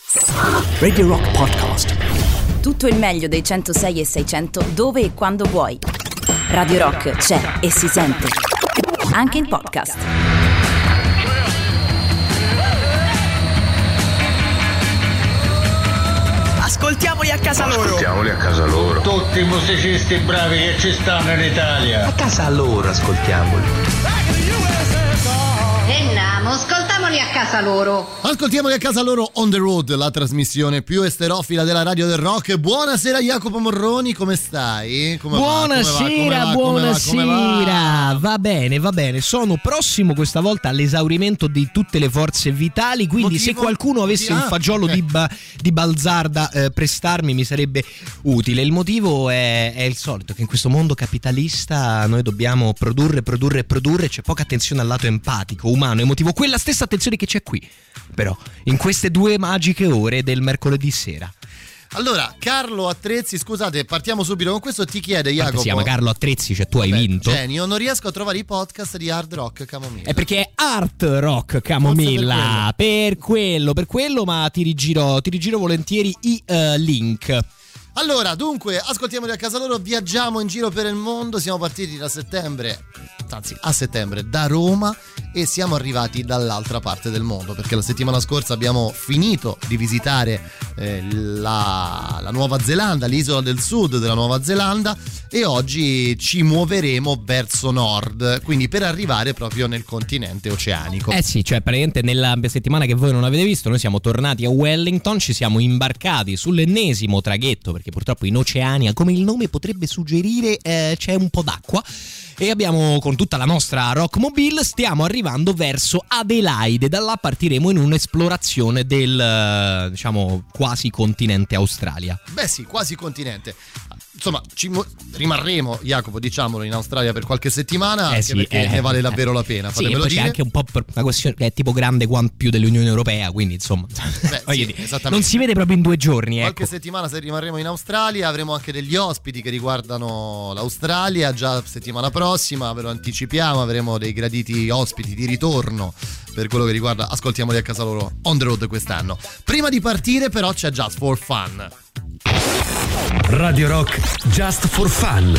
Radio Rock Podcast. Tutto il meglio dei 106 e 600 dove e quando vuoi. Radio Rock c'è e si sente anche in podcast. Ascoltiamoli a casa loro. Ascoltiamoli a casa loro. Tutti i musicisti bravi che ci stanno in Italia. A casa loro ascoltiamoli. Ascoltiamoli a casa loro. Ascoltiamoli a casa loro on the road, la trasmissione più esterofila della radio del rock. Buonasera Jacopo Morroni, come stai? Buonasera. Va bene. Sono prossimo questa volta all'esaurimento di tutte le forze vitali, quindi se qualcuno avesse un fagiolo di Balzar da prestarmi mi sarebbe utile. Il motivo è il solito, che in questo mondo capitalista noi dobbiamo produrre, c'è poca attenzione al lato empatico, umano, emotivo, quella stessa attenzione che c'è qui, però, in queste 2 magiche ore del mercoledì sera. Allora, Carlo Attrezzi, scusate, partiamo subito con questo, ti chiede Jacopo. Si chiama Carlo Attrezzi, cioè tu hai vinto. Genio, non riesco a trovare i podcast di Hard Rock Camomilla. È perché è Art Rock Camomilla, per quello, ma ti rigiro volentieri i link. Allora, dunque, ascoltiamoli a casa loro, viaggiamo in giro per il mondo, siamo partiti a settembre da Roma e siamo arrivati dall'altra parte del mondo, perché la settimana scorsa abbiamo finito di visitare la Nuova Zelanda, l'isola del sud della Nuova Zelanda, e oggi ci muoveremo verso nord, quindi per arrivare proprio nel continente oceanico. Sì, cioè praticamente nella settimana che voi non avete visto noi siamo tornati a Wellington, ci siamo imbarcati sull'ennesimo traghetto, perché purtroppo in Oceania, come il nome potrebbe suggerire, c'è un po' d'acqua, e abbiamo, con tutta la nostra Rockmobile, stiamo arrivando verso Adelaide. Da là partiremo in un'esplorazione del, diciamo, quasi continente Australia. Beh sì, quasi continente. Insomma, rimarremo, Jacopo, diciamolo, in Australia per qualche settimana, perché ne vale davvero la pena. Sì, e poi c'è anche un po' per una questione che è tipo grande quanto più dell'Unione Europea, quindi insomma, non si vede proprio in 2 giorni. Qualche settimana se rimarremo in Australia, avremo anche degli ospiti che riguardano l'Australia, già settimana prossima, ve lo anticipiamo, avremo dei graditi ospiti di ritorno per quello che riguarda Ascoltiamoli a casa loro on the road quest'anno. Prima di partire però c'è Just for Fun. Radio Rock Just for Fun.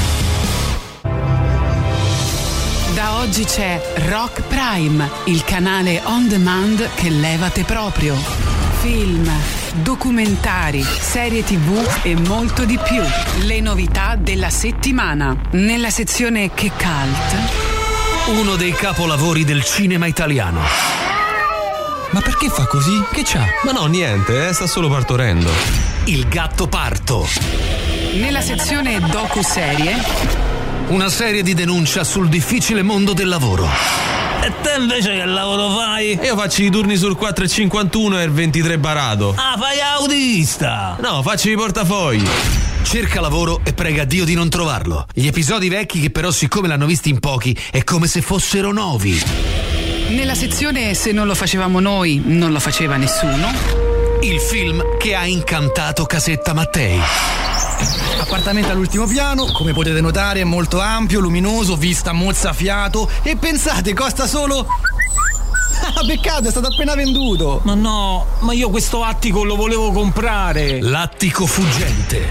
Da oggi c'è Rock Prime, il canale on demand che levate proprio. Film, documentari, serie TV e molto di più. Le novità della settimana. Nella sezione Che Cult, uno dei capolavori del cinema italiano. Ma perché fa così? Che c'ha? Ma no, niente, sta solo partorendo. Il Gattopardo. Nella sezione docuserie, una serie di denuncia sul difficile mondo del lavoro. E te invece che lavoro fai? Io faccio i turni sul 4,51 e il 23 barato. Ah, fai autista? No, faccio i portafogli. Cerca lavoro e prega Dio di non trovarlo. Gli episodi vecchi che però, siccome l'hanno visti in pochi, è come se fossero nuovi. Nella sezione Se non lo facevamo noi, non lo faceva nessuno. Il film che ha incantato Casetta Mattei. Appartamento all'ultimo piano, come potete notare è molto ampio, luminoso, vista mozzafiato e pensate costa solo... Ah, peccato, è stato appena venduto. Ma no, ma io questo attico lo volevo comprare. L'attico fuggente.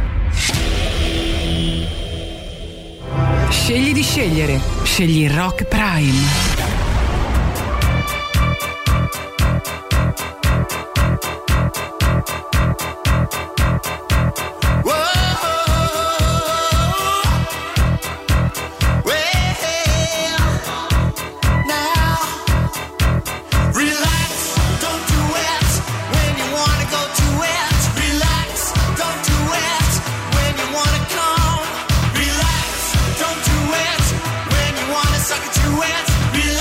Scegli di scegliere. Scegli Rock Prime. Relax, don't do it when you wanna suck it to it. Relax.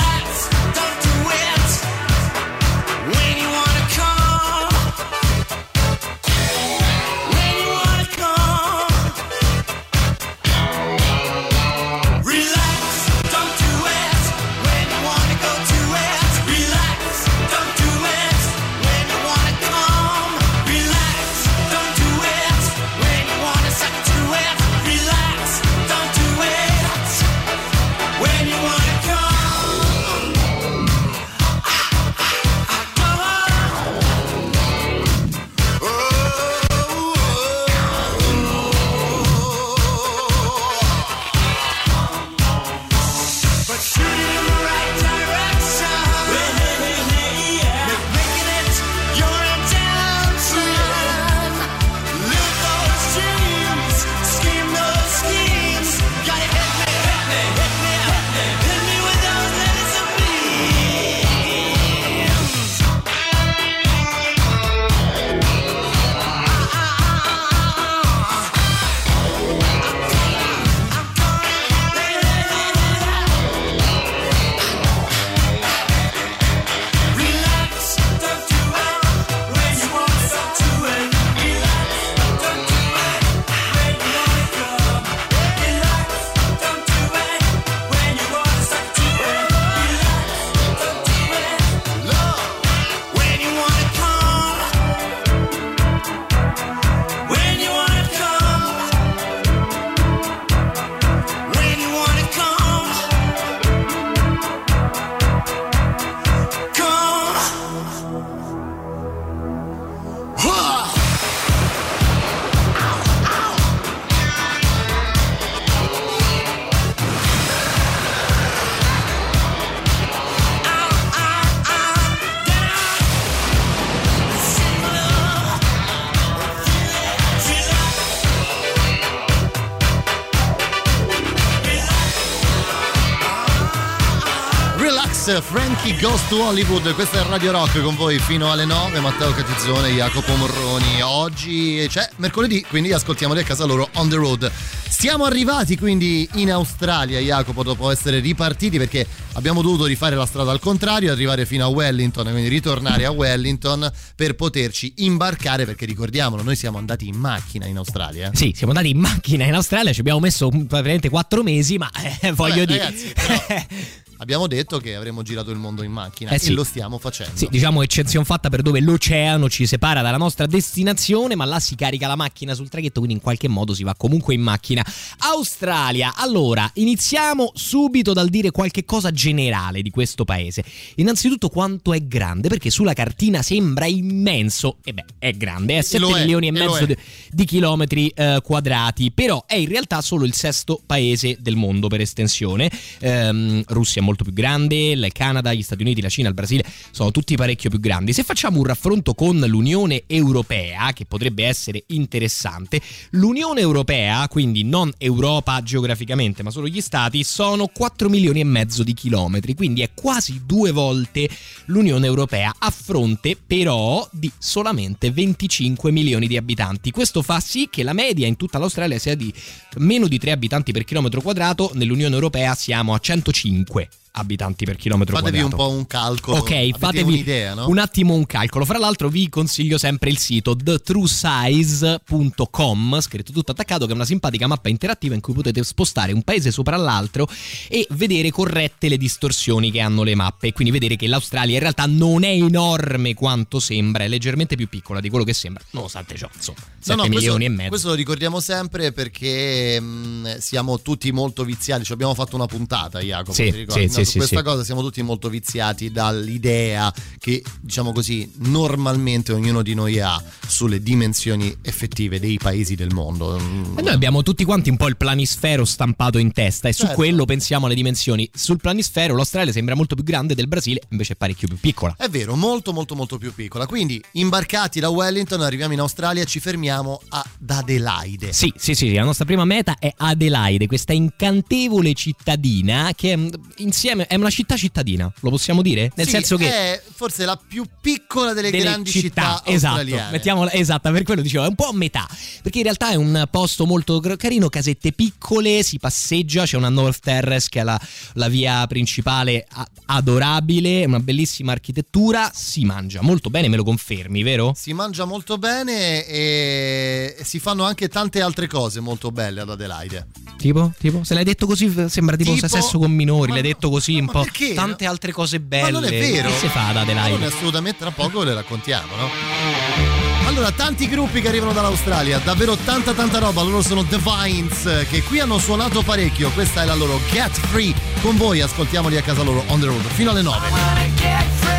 Davis, Frankie Goes to Hollywood. Questa è Radio Rock con voi fino alle 9. Matteo Catizzone, Jacopo Morroni. Oggi c'è mercoledì, quindi ascoltiamoli a casa loro on the road. Siamo arrivati quindi in Australia, Jacopo, dopo essere ripartiti perché abbiamo dovuto rifare la strada al contrario, arrivare fino a Wellington e quindi ritornare a Wellington per poterci imbarcare, perché ricordiamolo, noi siamo andati in macchina in Australia. Sì, siamo andati in macchina in Australia, ci abbiamo messo praticamente 4 mesi, ma voglio dire... Ragazzi, però... Abbiamo detto che avremmo girato il mondo in macchina e lo stiamo facendo. Sì, diciamo eccezione fatta per dove l'oceano ci separa dalla nostra destinazione, ma là si carica la macchina sul traghetto, quindi in qualche modo si va comunque in macchina. Australia, allora, iniziamo subito dal dire qualche cosa generale di questo paese. Innanzitutto quanto è grande, perché sulla cartina sembra immenso, e beh, è grande, è 7 milioni e mezzo di chilometri quadrati, però è in realtà solo il 6º paese del mondo per estensione. Russia è molto più grande, il Canada, gli Stati Uniti, la Cina, il Brasile sono tutti parecchio più grandi. Se facciamo un raffronto con l'Unione Europea, che potrebbe essere interessante, l'Unione Europea, quindi non Europa geograficamente ma solo gli stati, sono 4 milioni e mezzo di chilometri, quindi è quasi 2 volte l'Unione Europea, a fronte però di solamente 25 milioni di abitanti. Questo fa sì che la media in tutta l'Australia sia di meno di 3 abitanti per chilometro quadrato, nell'Unione Europea siamo a 105 abitanti per chilometro quadrato. Fatevi un po' un calcolo. Ok, fatevi un'idea, no? Un attimo un calcolo. Fra l'altro vi consiglio sempre il sito thetruesize.com, scritto tutto attaccato, che è una simpatica mappa interattiva in cui potete spostare un paese sopra l'altro e vedere corrette le distorsioni che hanno le mappe, e quindi vedere che l'Australia in realtà non è enorme quanto sembra, è leggermente più piccola di quello che sembra, nonostante ciò, insomma, 7 milioni e mezzo. Questo lo ricordiamo sempre perché siamo tutti molto viziati, ci abbiamo fatto una puntata, Jacopo, ti ricordi? Su questa cosa siamo tutti molto viziati dall'idea che, diciamo così, normalmente ognuno di noi ha sulle dimensioni effettive dei paesi del mondo. E noi abbiamo tutti quanti un po' il planisfero stampato in testa e su quello pensiamo alle dimensioni. Sul planisfero l'Australia sembra molto più grande del Brasile, invece è parecchio più piccola. È vero, molto molto molto più piccola. Quindi imbarcati da Wellington arriviamo in Australia, ci fermiamo ad Adelaide. Sì, la nostra prima meta è Adelaide, questa incantevole cittadina che insieme è una città cittadina, lo possiamo dire? Nel senso che è forse la più piccola delle grandi città australiane. Esatto, mettiamola esatta, per quello dicevo, è un po' a metà, perché in realtà è un posto molto carino, casette piccole, si passeggia, c'è una North Terrace che è la via principale adorabile, una bellissima architettura, si mangia molto bene, me lo confermi, vero? Si mangia molto bene e si fanno anche tante altre cose molto belle ad Adelaide. Tipo? Se l'hai detto così sembra tipo sesso con minori, l'hai detto così un po'. Perché? Tante altre cose belle. Ma non è vero. Che si fa ad Adelaide? Non è assolutamente, tra poco le raccontiamo, no? Allora, tanti gruppi che arrivano dall'Australia, davvero tanta roba. Loro sono The Vines, che qui hanno suonato parecchio. Questa è la loro Get Free. Con voi ascoltiamoli a casa loro on the road fino alle 9.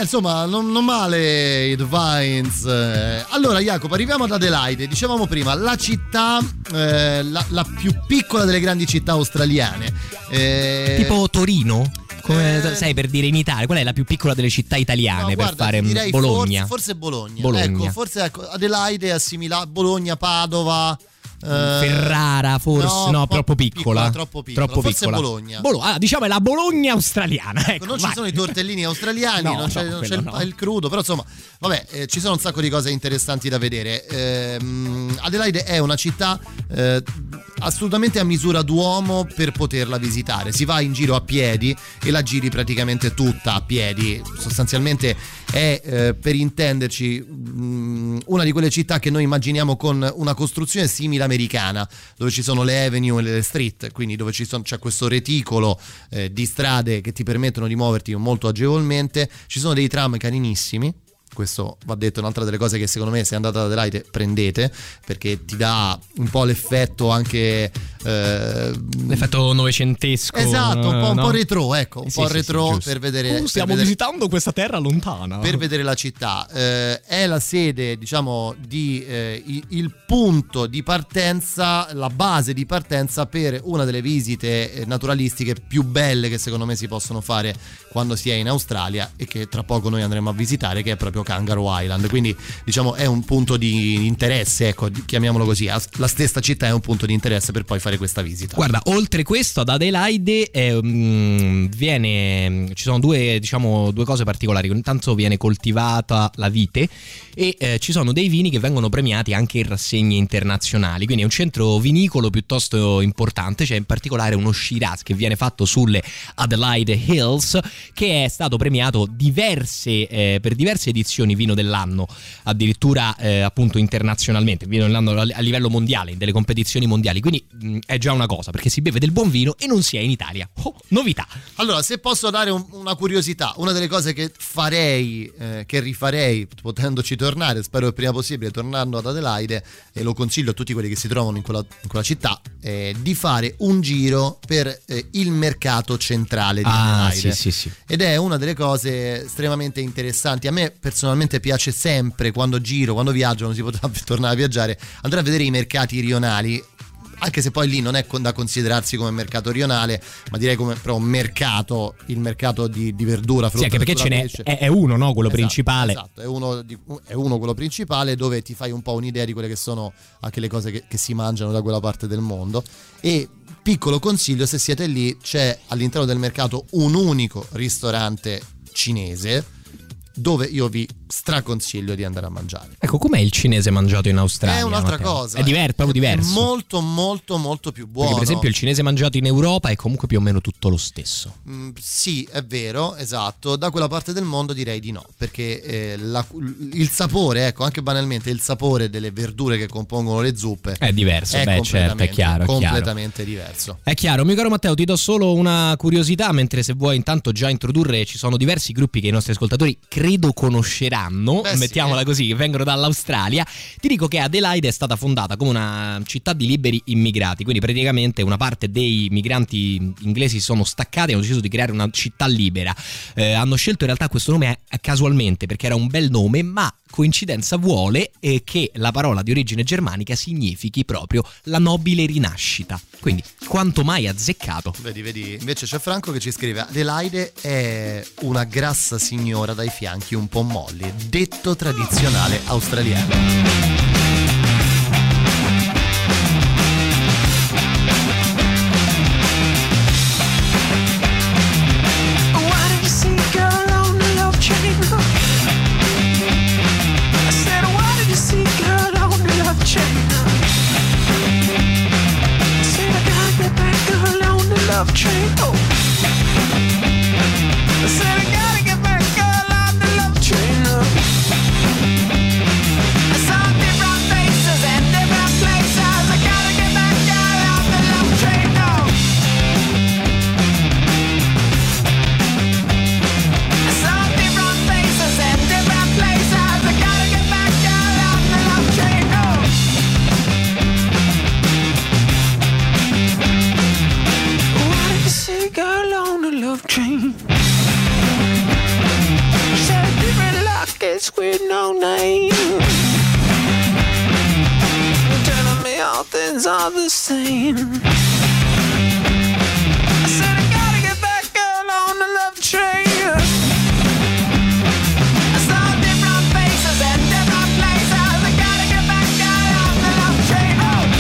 insomma, non male i The Vines. Allora, Jacopo, arriviamo ad Adelaide. Dicevamo prima, la città, la più piccola delle grandi città australiane. Tipo Torino? Come sai, per dire in Italia, qual è la più piccola delle città italiane? No, per fare Bologna? Forse Bologna. Ecco, forse Adelaide è assimilata Bologna, Padova. Ferrara, forse no, troppo piccola. Troppo forse piccola. Bologna. Diciamo è la Bologna australiana. Ecco, non ci sono i tortellini australiani, non c'è il crudo, però insomma, vabbè, ci sono un sacco di cose interessanti da vedere. Adelaide è una città assolutamente a misura d'uomo per poterla visitare. Si va in giro a piedi e la giri praticamente tutta a piedi. Sostanzialmente è, per intenderci, una di quelle città che noi immaginiamo con una costruzione simile americana, dove ci sono le avenue e le street, quindi dove c'è questo reticolo di strade che ti permettono di muoverti molto agevolmente. Ci sono dei tram carinissimi. Questo va detto, un'altra delle cose che secondo me, se andate ad Adelaide, prendete, perché ti dà un po' l'effetto anche l'effetto novecentesco, esatto, un po' retro, ecco, un po' retro, per vedere. Stiamo visitando questa terra lontana per vedere la città. È la sede, diciamo, di il punto di partenza, la base di partenza per una delle visite naturalistiche più belle che secondo me si possono fare quando si è in Australia, e che tra poco noi andremo a visitare, che è proprio Kangaroo Island. Quindi, diciamo, è un punto di interesse, ecco, chiamiamolo così. La stessa città è un punto di interesse per poi fare questa visita. Guarda, oltre questo, ad Adelaide ci sono due cose particolari. Intanto viene coltivata la vite e ci sono dei vini che vengono premiati anche in rassegne internazionali, quindi è un centro vinicolo piuttosto importante. C'è in particolare uno Shiraz che viene fatto sulle Adelaide Hills, che è stato premiato per diverse edizioni vino dell'anno, addirittura appunto internazionalmente, vino dell'anno a livello mondiale, in delle competizioni mondiali. Quindi è già una cosa, perché si beve del buon vino e non si è in Italia. Novità. Allora, se posso dare una curiosità, una delle cose che farei, che rifarei potendoci tornare, spero il prima possibile, tornando ad Adelaide, e lo consiglio a tutti quelli che si trovano in quella città, di fare un giro per il mercato centrale di Adelaide. Sì. Ed è una delle cose estremamente interessanti. A me personalmente piace sempre, quando viaggio, non si potrà tornare a viaggiare, andare a vedere i mercati rionali, anche se poi lì non è da considerarsi come mercato rionale, ma direi come però mercato, il mercato di verdura, frutta. Sì, anche perché è uno, no? Quello principale. Esatto, è uno quello principale, dove ti fai un po' un'idea di quelle che sono anche le cose che si mangiano da quella parte del mondo. E piccolo consiglio, se siete lì, c'è all'interno del mercato un unico ristorante cinese dove io vi straconsiglio di andare a mangiare. Ecco, com'è il cinese mangiato in Australia? È un'altra Matteo? cosa. È proprio diverso. È molto molto molto più buono. Perché per esempio il cinese mangiato in Europa è comunque più o meno tutto lo stesso. Sì, è vero, esatto. Da quella parte del mondo direi di no, perché il sapore, ecco, anche banalmente il sapore delle verdure che compongono le zuppe è diverso. Certo, è chiaro. Completamente diverso. È chiaro. Mio caro Matteo, ti do solo una curiosità, mentre se vuoi intanto già introdurre, ci sono diversi gruppi che i nostri ascoltatori credo conosceranno, mettiamola così, che vengono dall'Australia. Ti dico che Adelaide è stata fondata come una città di liberi immigrati, quindi praticamente una parte dei migranti inglesi si sono staccati e hanno deciso di creare una città libera. Hanno scelto in realtà questo nome casualmente, perché era un bel nome, ma coincidenza vuole che la parola di origine germanica significhi proprio la nobile rinascita. Quindi quanto mai azzeccato. Vedi, invece c'è Franco che ci scrive: Adelaide è una grassa signora dai fianchi un po' molli, detto tradizionale australiano. Love train, oh. I said I gotta get back, girl, on the love train, oh. I saw it right. faces are the same. I said I gotta get back girl on the love train. I saw different faces and different places. I gotta get back girl on the love train.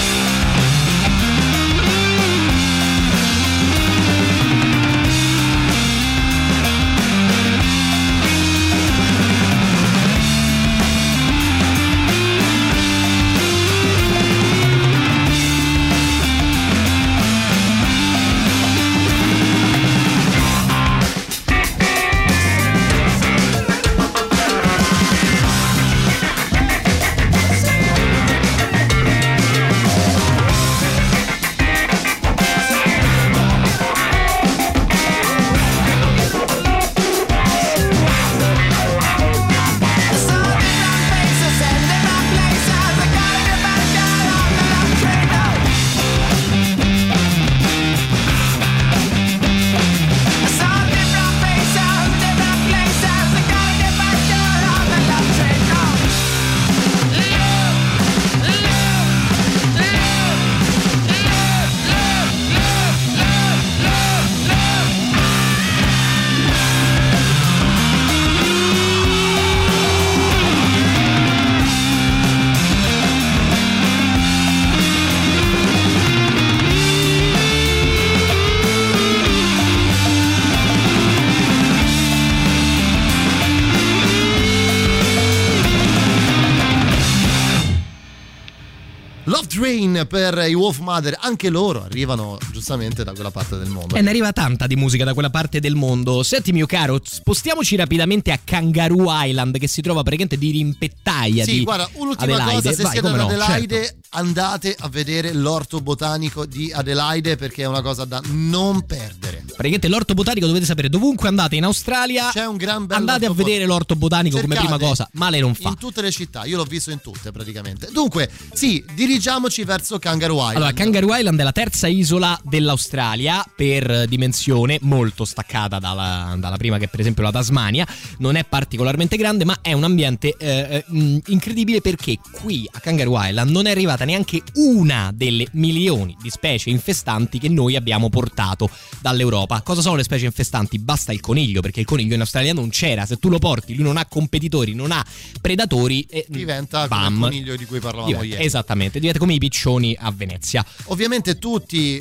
Train per i Wolf Mother, anche loro arrivano giustamente da quella parte del mondo. E ne arriva tanta di musica da quella parte del mondo. Senti mio caro, spostiamoci rapidamente a Kangaroo Island, che si trova praticamente di rimpettaia di guarda, un'ultima Adelaide. cosa, se siete ad Adelaide, certo, andate a vedere l'orto botanico di Adelaide, perché è una cosa da non perdere. Praticamente l'orto botanico, dovete sapere, dovunque andate in Australia c'è un gran bel andate a vedere l'orto botanico. Cercate, come prima cosa, male non fa. In tutte le città, io l'ho visto in tutte praticamente. Dunque, sì, dirigiamoci verso Kangaroo Island. Allora, Kangaroo Island è la terza isola dell'Australia per dimensione, molto staccata dalla prima, che è per esempio la Tasmania. Non è particolarmente grande, ma è un ambiente incredibile, perché qui a Kangaroo Island non è arrivata neanche una delle milioni di specie infestanti che noi abbiamo portato dall'Europa. Cosa sono le specie infestanti? Basta il coniglio, perché il coniglio in Australia non c'era. Se tu lo porti, lui non ha competitori, non ha predatori, diventa come il coniglio di cui parlavamo ieri. Esattamente, diventa come i piccioni a Venezia. Ovviamente tutti,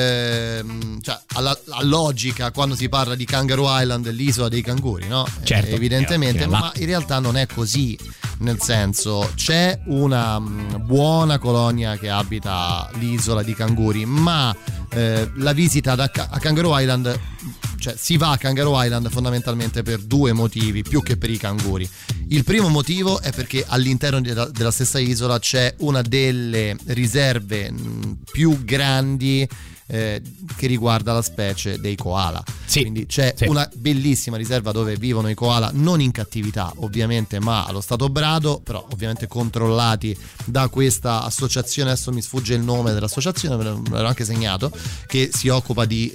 alla logica, quando si parla di Kangaroo Island, l'isola dei canguri, no? Certo, evidentemente, ma in realtà non è così. Nel senso, c'è una buona colonia che abita l'isola di canguri, ma la visita a Kangaroo Island, cioè si va a Kangaroo Island fondamentalmente per due motivi, più che per i canguri. Il primo motivo è perché all'interno della stessa isola c'è una delle riserve più grandi che riguarda la specie dei koala. Quindi c'è una bellissima riserva dove vivono i koala, non in cattività ovviamente, ma allo stato brado, però ovviamente controllati da questa associazione, adesso mi sfugge il nome dell'associazione, me l'ero anche segnato, che si occupa di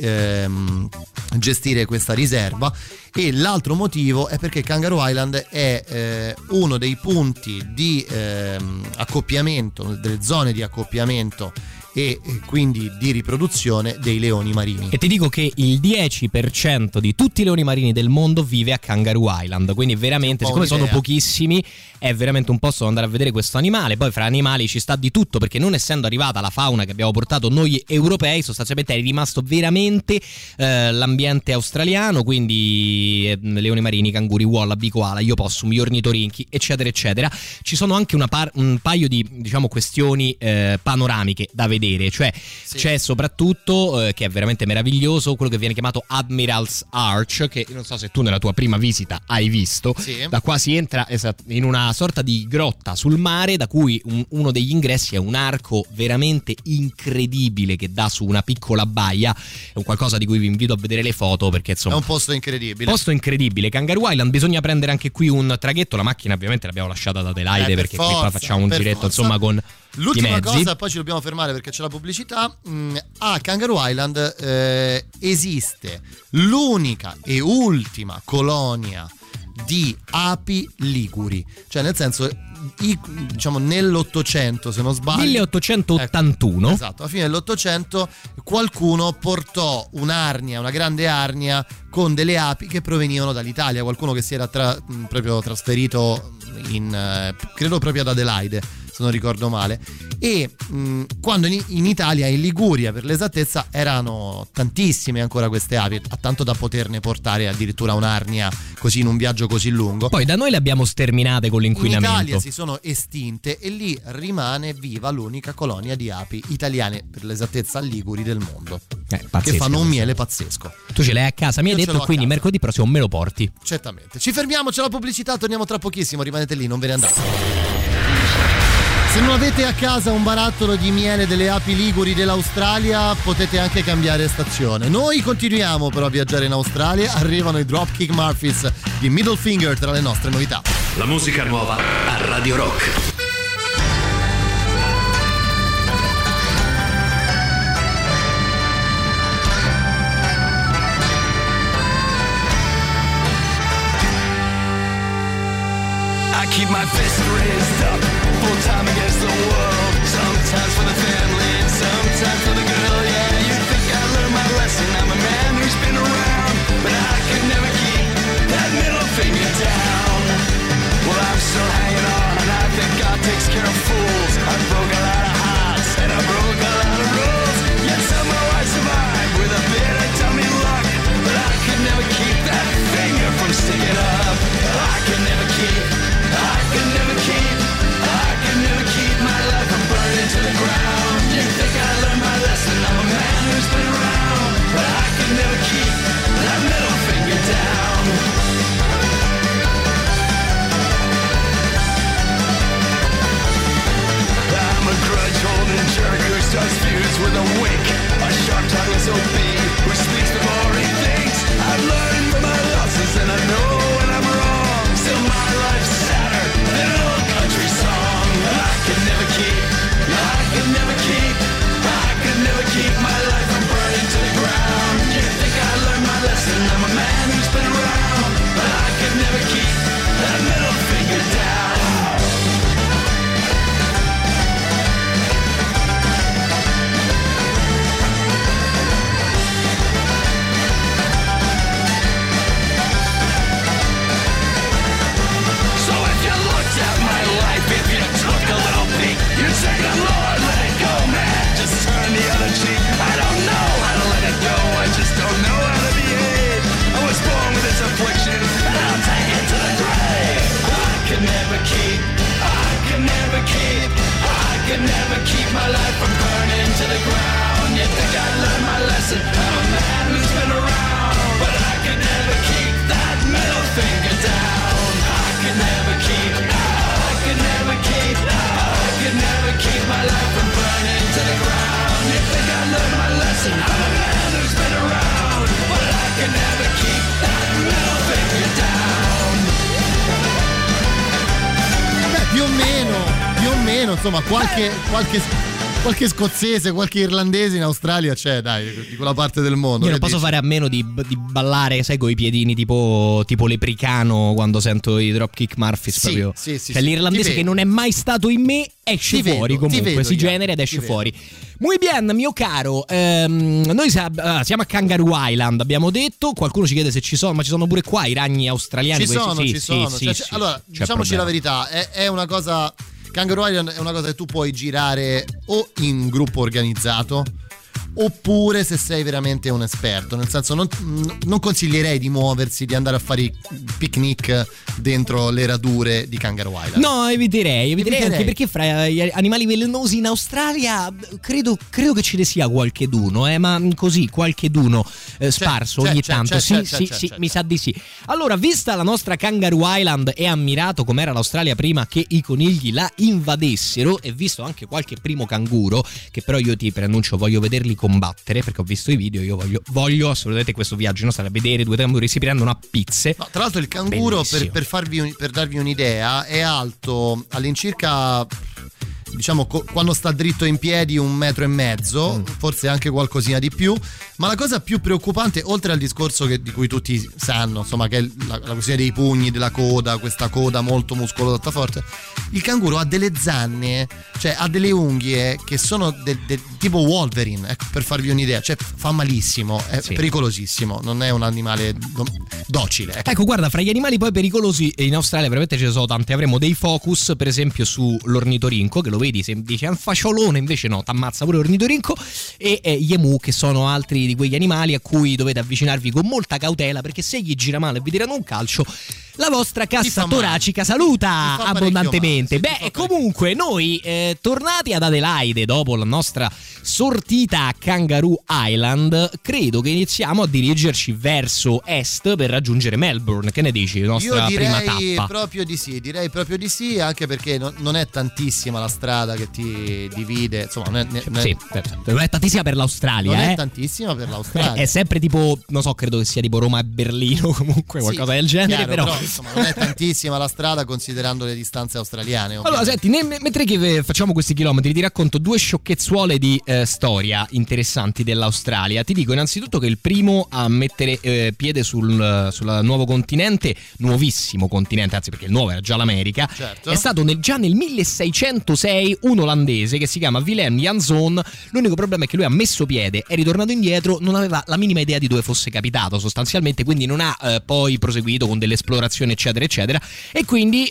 gestire questa riserva. E l'altro motivo è perché Kangaroo Island è uno dei punti di accoppiamento, delle zone di accoppiamento e quindi di riproduzione dei leoni marini. E ti dico che il 10% di tutti i leoni marini del mondo vive a Kangaroo Island, quindi veramente, siccome sono pochissimi, è veramente un posto dove andare a vedere questo animale. Poi fra animali ci sta di tutto, perché non essendo arrivata la fauna che abbiamo portato noi europei, sostanzialmente è rimasto veramente l'ambiente australiano, quindi leoni marini, canguri, wallaby, koala, opossum, gli ornitorinchi, eccetera eccetera. Ci sono anche un paio di, diciamo, questioni panoramiche da vedere, cioè c'è soprattutto, che è veramente meraviglioso, quello che viene chiamato Admiral's Arch, che non so se tu nella tua prima visita hai visto. Da qua si entra in una sorta di grotta sul mare, da cui uno degli ingressi è un arco veramente incredibile che dà su una piccola baia. È un qualcosa di cui vi invito a vedere le foto, perché insomma è un posto incredibile. Kangaroo Island, bisogna prendere anche qui un traghetto. La macchina ovviamente l'abbiamo lasciata ad Adelaide, perché qui qua facciamo un giretto insomma con l'ultima cosa, poi ci dobbiamo fermare perché c'è la pubblicità. A Kangaroo Island esiste l'unica e ultima colonia di api liguri, cioè nel senso diciamo nell'800, se non sbaglio 1881, esatto, alla fine dell'800 qualcuno portò un'arnia, una grande arnia con delle api che provenivano dall'Italia, qualcuno che si era proprio trasferito credo proprio ad Adelaide, se non ricordo male, e quando in Italia, in Liguria per l'esattezza, erano tantissime ancora queste api, a tanto da poterne portare addirittura un'arnia così in un viaggio così lungo. Poi da noi le abbiamo sterminate con l'inquinamento. In Italia si sono estinte e lì rimane viva l'unica colonia di api italiane, per l'esattezza liguri, del mondo, che fanno un miele pazzesco. Tu ce l'hai a casa, mi hai detto, quindi mercoledì prossimo me lo porti. Certamente. Ci fermiamo, c'è la pubblicità, torniamo tra pochissimo, rimanete lì, non ve ne andate. Se non avete a casa un barattolo di miele delle api liguri dell'Australia, potete anche cambiare stazione. Noi continuiamo però a viaggiare in Australia, arrivano i Dropkick Murphys di Middle Finger tra le nostre novità. La musica nuova a Radio Rock. I keep my fist raised up, full time against the world. Sometimes for the family and sometimes for the girl. Yeah, you think I learned my lesson? I'm a man who's been around, but I could never keep that middle finger down. Well, I'm still hanging on, and I think God takes care of fools. I broke a lot of hearts, and I broke a lot of rules. Yet somehow I survived with a bit of dummy luck. But I could never keep that finger from sticking up. I could never keep my life from burning to the ground. You think I learned my lesson? I'm a man who's been around, but I can never keep that middle finger down. I'm a grudge-holding jerk who starts feuds with a wink, a sharp-tongued SOB who speaks before he thinks. I've learned from my losses and I know when I'm wrong. Still my life's sadder than an old country song. I could never keep my life from burning to the ground. You think I learned my lesson? I'm a man who's been around, but I could never keep that middle finger down. So if you looked at my life, if you took a little peek, you'd say, good Lord, let it go, man, just turn the other cheek. I don't know how to let it go, I just don't know how to behave. I was born with this affliction, and I'll take it to the grave. I could never keep my life from burning to the ground. You think I learned my lesson? I'm a man who's been around, but I could never keep that middle finger down. I could never keep my life from burning to the ground. You think I learned my lesson? I'm a man who's been around, but I could never keep that middle finger down. Beh, più o meno, insomma, qualche scozzese, qualche irlandese in Australia c'è, dai, di quella parte del mondo. Io non posso fare a meno di ballare, sai, con i piedini tipo lepricano quando sento i Dropkick Murphys, proprio. Sì, cioè, l'irlandese che non è mai stato in me esce fuori, comunque si genera ed esce fuori. Muy bien, mio caro, noi siamo a Kangaroo Island, abbiamo detto. Qualcuno ci chiede se ci sono, ma ci sono pure qua i ragni australiani. Ci sono. Allora, diciamoci la verità, è una cosa... Kangaroo Island è una cosa che tu puoi girare o in gruppo organizzato, oppure se sei veramente un esperto, nel senso non consiglierei di muoversi, di andare a fare i picnic dentro le radure di Kangaroo Island. No, eviterei anche perché fra gli animali velenosi in Australia credo che ce ne sia qualcheduno, ma così qualcheduno sparso ogni tanto. Sì, mi sa di sì. Allora, vista la nostra Kangaroo Island e ammirato com'era l'Australia prima che i conigli la invadessero, e visto anche qualche primo canguro, che però io ti preannuncio voglio vederli combattere, perché ho visto i video, io voglio assolutamente questo viaggio in Australia, vedere due canguri si prendono a pizze. No, tra l'altro il canguro, per darvi un'idea, è alto all'incirca diciamo quando sta dritto in piedi 1,5 metri, forse anche qualcosina di più. Ma la cosa più preoccupante, oltre al discorso di cui tutti sanno, insomma, che è la questione dei pugni, della coda, questa coda molto muscolosa forte, il canguro ha delle zanne, cioè ha delle unghie che sono tipo Wolverine, ecco, per farvi un'idea, cioè fa malissimo, è pericolosissimo, non è un animale docile. Ecco, guarda, fra gli animali poi pericolosi in Australia veramente ce ne sono tanti. Avremo dei focus, per esempio, sull'ornitorinco, che lo vedi, se dice è un fasciolone, invece no, t'ammazza pure l'ornitorinco, e gli emu, che sono altri di quegli animali a cui dovete avvicinarvi con molta cautela, perché se gli gira male e vi tirano un calcio, la vostra cassa toracica saluta abbondantemente. Beh, comunque noi tornati ad Adelaide dopo la nostra sortita a Kangaroo Island, credo che iniziamo a dirigerci verso est per raggiungere Melbourne. Che ne dici? Nostra prima tappa. Direi proprio di sì, anche perché non è tantissima la strada che ti divide, insomma, non è tantissima per l'Australia, non è tantissima per l'Australia. È sempre tipo, non so, credo che sia tipo Roma e Berlino, comunque qualcosa del genere, però insomma non è tantissima la strada considerando le distanze australiane, ovviamente. Allora senti, mentre che facciamo questi chilometri ti racconto due sciocchezzuole di storia interessanti dell'Australia. Ti dico innanzitutto che il primo a mettere piede sul nuovo continente, nuovissimo continente, anzi perché il nuovo era già l'America, è stato già nel 1606 un olandese che si chiama Willem Janszoon. L'unico problema è che lui ha messo piede, è ritornato indietro, non aveva la minima idea di dove fosse capitato sostanzialmente, quindi non ha poi proseguito con delle esplorazioni eccetera eccetera, e quindi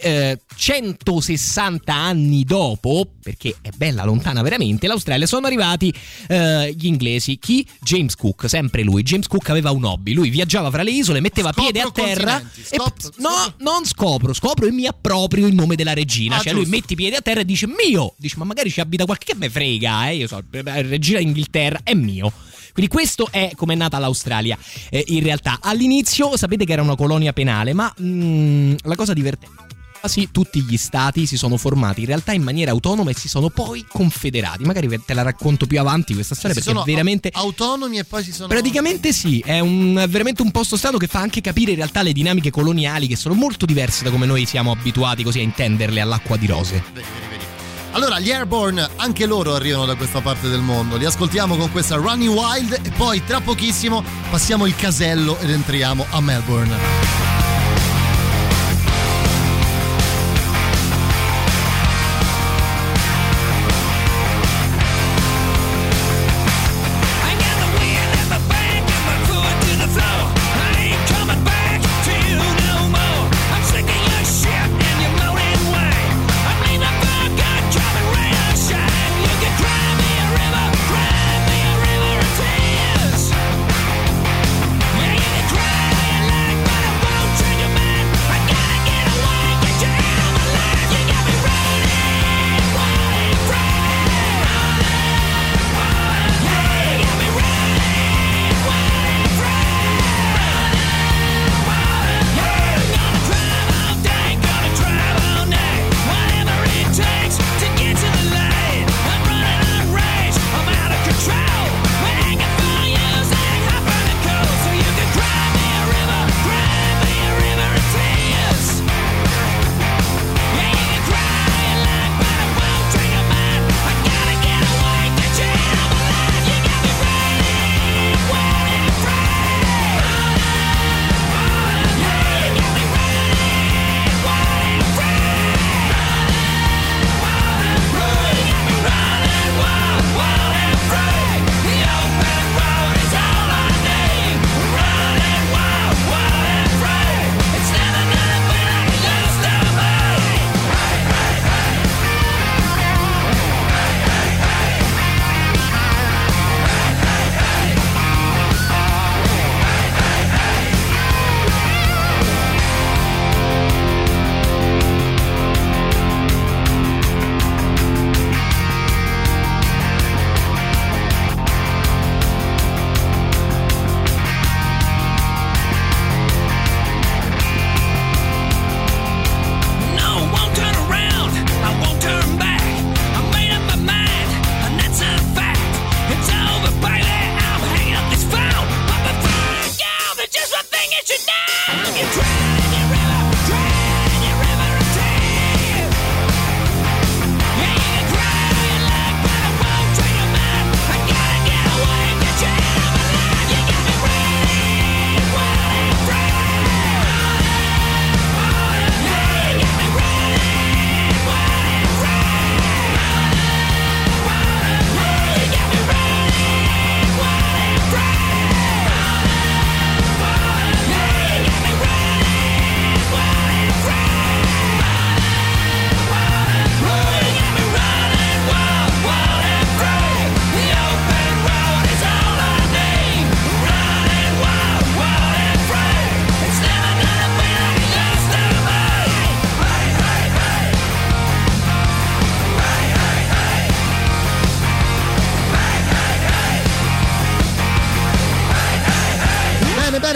160 anni dopo, perché è bella lontana veramente, l'Australia, sono arrivati gli inglesi. Chi? James Cook, sempre lui. James Cook aveva un hobby, lui viaggiava fra le isole, metteva piede a terra non scopro e mi approprio il nome della regina, cioè lui metti piede a terra e dice mio, dice ma magari ci abita qualche, che me frega, io so, regina d'Inghilterra è mio. Quindi questo è come è nata l'Australia. In realtà all'inizio sapete che era una colonia penale, ma la cosa divertente, quasi tutti gli stati si sono formati in realtà in maniera autonoma e si sono poi confederati. Magari te la racconto più avanti questa storia, perché è veramente autonomi e poi si sono praticamente è veramente un posto strano che fa anche capire in realtà le dinamiche coloniali, che sono molto diverse da come noi siamo abituati così a intenderle all'acqua di rose. Vedi. Allora, gli Airborne, anche loro arrivano da questa parte del mondo. Li ascoltiamo con questa Running Wild e poi tra pochissimo passiamo il casello ed entriamo a Melbourne. Yeah, you can cry like butterfly.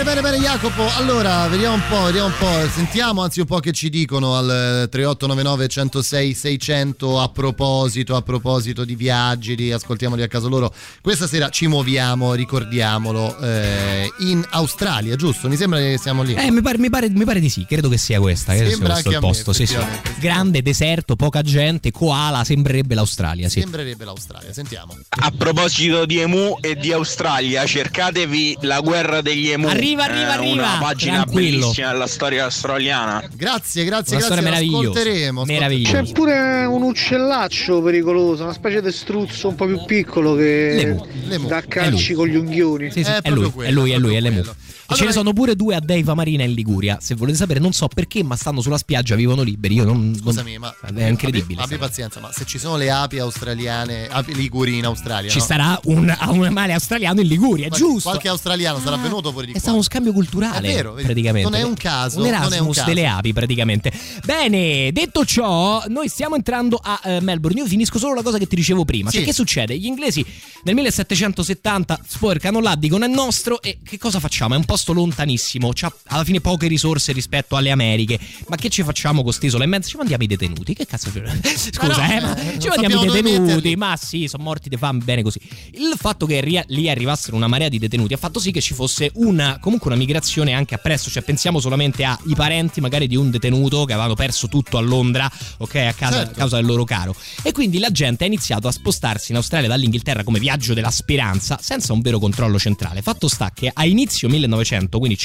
Bene Jacopo, allora vediamo un po', sentiamo anzi un po' che ci dicono al 3899 106 600 a proposito di viaggi, di ascoltiamoli a casa loro. Questa sera ci muoviamo, ricordiamolo, in Australia, giusto? Mi sembra che siamo lì. Mi pare di sì, credo che sia questa, sembra questo il posto, sì. Grande deserto, poca gente, koala, sembrerebbe l'Australia, sì. Sembrerebbe l'Australia, sentiamo. A proposito di emu e di Australia, cercatevi La guerra degli emu. Arriva. Una pagina bellissima della storia australiana. Grazie, storia meravigliosa. C'è pure un uccellaccio pericoloso, una specie di struzzo un po' più piccolo che dà calci con gli unghioni. Sì, è lui, l'emu. Allora, ce ne sono pure due a Deiva Marina in Liguria. Se volete sapere, non so perché, ma stanno sulla spiaggia, vivono liberi. Scusami, ma è incredibile. Abbi pazienza, ma se ci sono le api australiane, api liguri in Australia, ci sarà un animale australiano in Liguria, giusto? Qualche australiano sarà venuto fuori di qua. È stato uno scambio culturale, è vero, praticamente. Non è un caso. Un Erasmus delle api, praticamente. Bene, detto ciò, noi stiamo entrando a Melbourne. Io finisco solo la cosa che ti dicevo prima. Sì. Cioè, che succede? Gli inglesi nel 1770 sporcano là, dicono è nostro, e che cosa facciamo? È un posto lontanissimo, c'ha alla fine poche risorse rispetto alle Americhe. Ma che ci facciamo con quest'isola in mezzo? Ci mandiamo i detenuti. Che cazzo? Scusa, ci mandiamo i detenuti. Ma sì, sono morti di fame, bene così. Il fatto che lì arrivassero una marea di detenuti ha fatto sì che ci fosse comunque una migrazione anche appresso. Cioè, pensiamo solamente ai parenti magari di un detenuto che avevano perso tutto a Londra, ok, a causa del loro caro. E quindi la gente ha iniziato a spostarsi in Australia dall'Inghilterra come viaggio della speranza, senza un vero controllo centrale. Fatto sta che a inizio 1900, quindi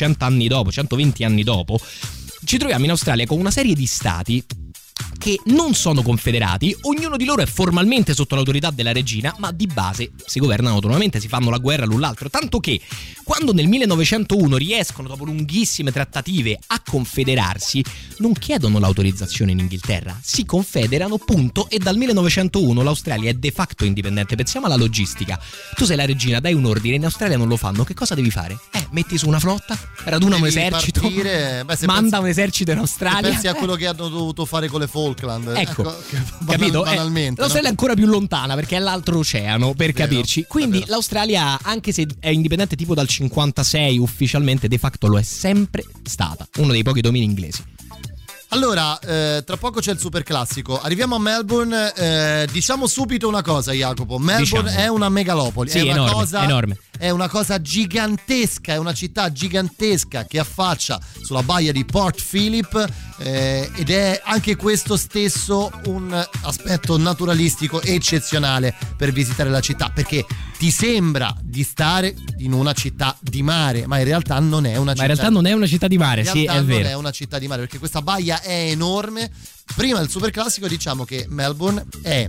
120 anni dopo, ci troviamo in Australia con una serie di stati che non sono confederati, ognuno di loro è formalmente sotto l'autorità della regina, ma di base si governano autonomamente, si fanno la guerra l'un l'altro, tanto che quando nel 1901 riescono dopo lunghissime trattative a confederarsi, non chiedono l'autorizzazione in Inghilterra, si confederano, punto, e dal 1901 l'Australia è de facto indipendente. Pensiamo alla logistica, tu sei la regina, dai un ordine, in Australia non lo fanno, che cosa devi fare? Metti su una flotta, raduna un esercito, manda un esercito in Australia. Pensi a quello che hanno dovuto fare con le Falkland, ecco, capito? Banalmente, l'Australia è ancora più lontana perché è l'altro oceano, per capirci. Quindi l'Australia, anche se è indipendente tipo dal 56 ufficialmente, de facto lo è sempre stata, uno dei pochi domini inglesi. Allora, tra poco c'è il super classico. Arriviamo a Melbourne. Diciamo subito una cosa, Jacopo. Melbourne è una megalopoli. Sì, è enorme. È una cosa gigantesca, è una città gigantesca che affaccia sulla baia di Port Phillip, ed è anche questo stesso un aspetto naturalistico eccezionale per visitare la città, perché ti sembra di stare in una città di mare, ma in realtà non è una città. Ma in realtà non è una città di mare, sì, è vero. Non è una città di mare, perché questa baia è enorme. Prima del super classico diciamo che Melbourne è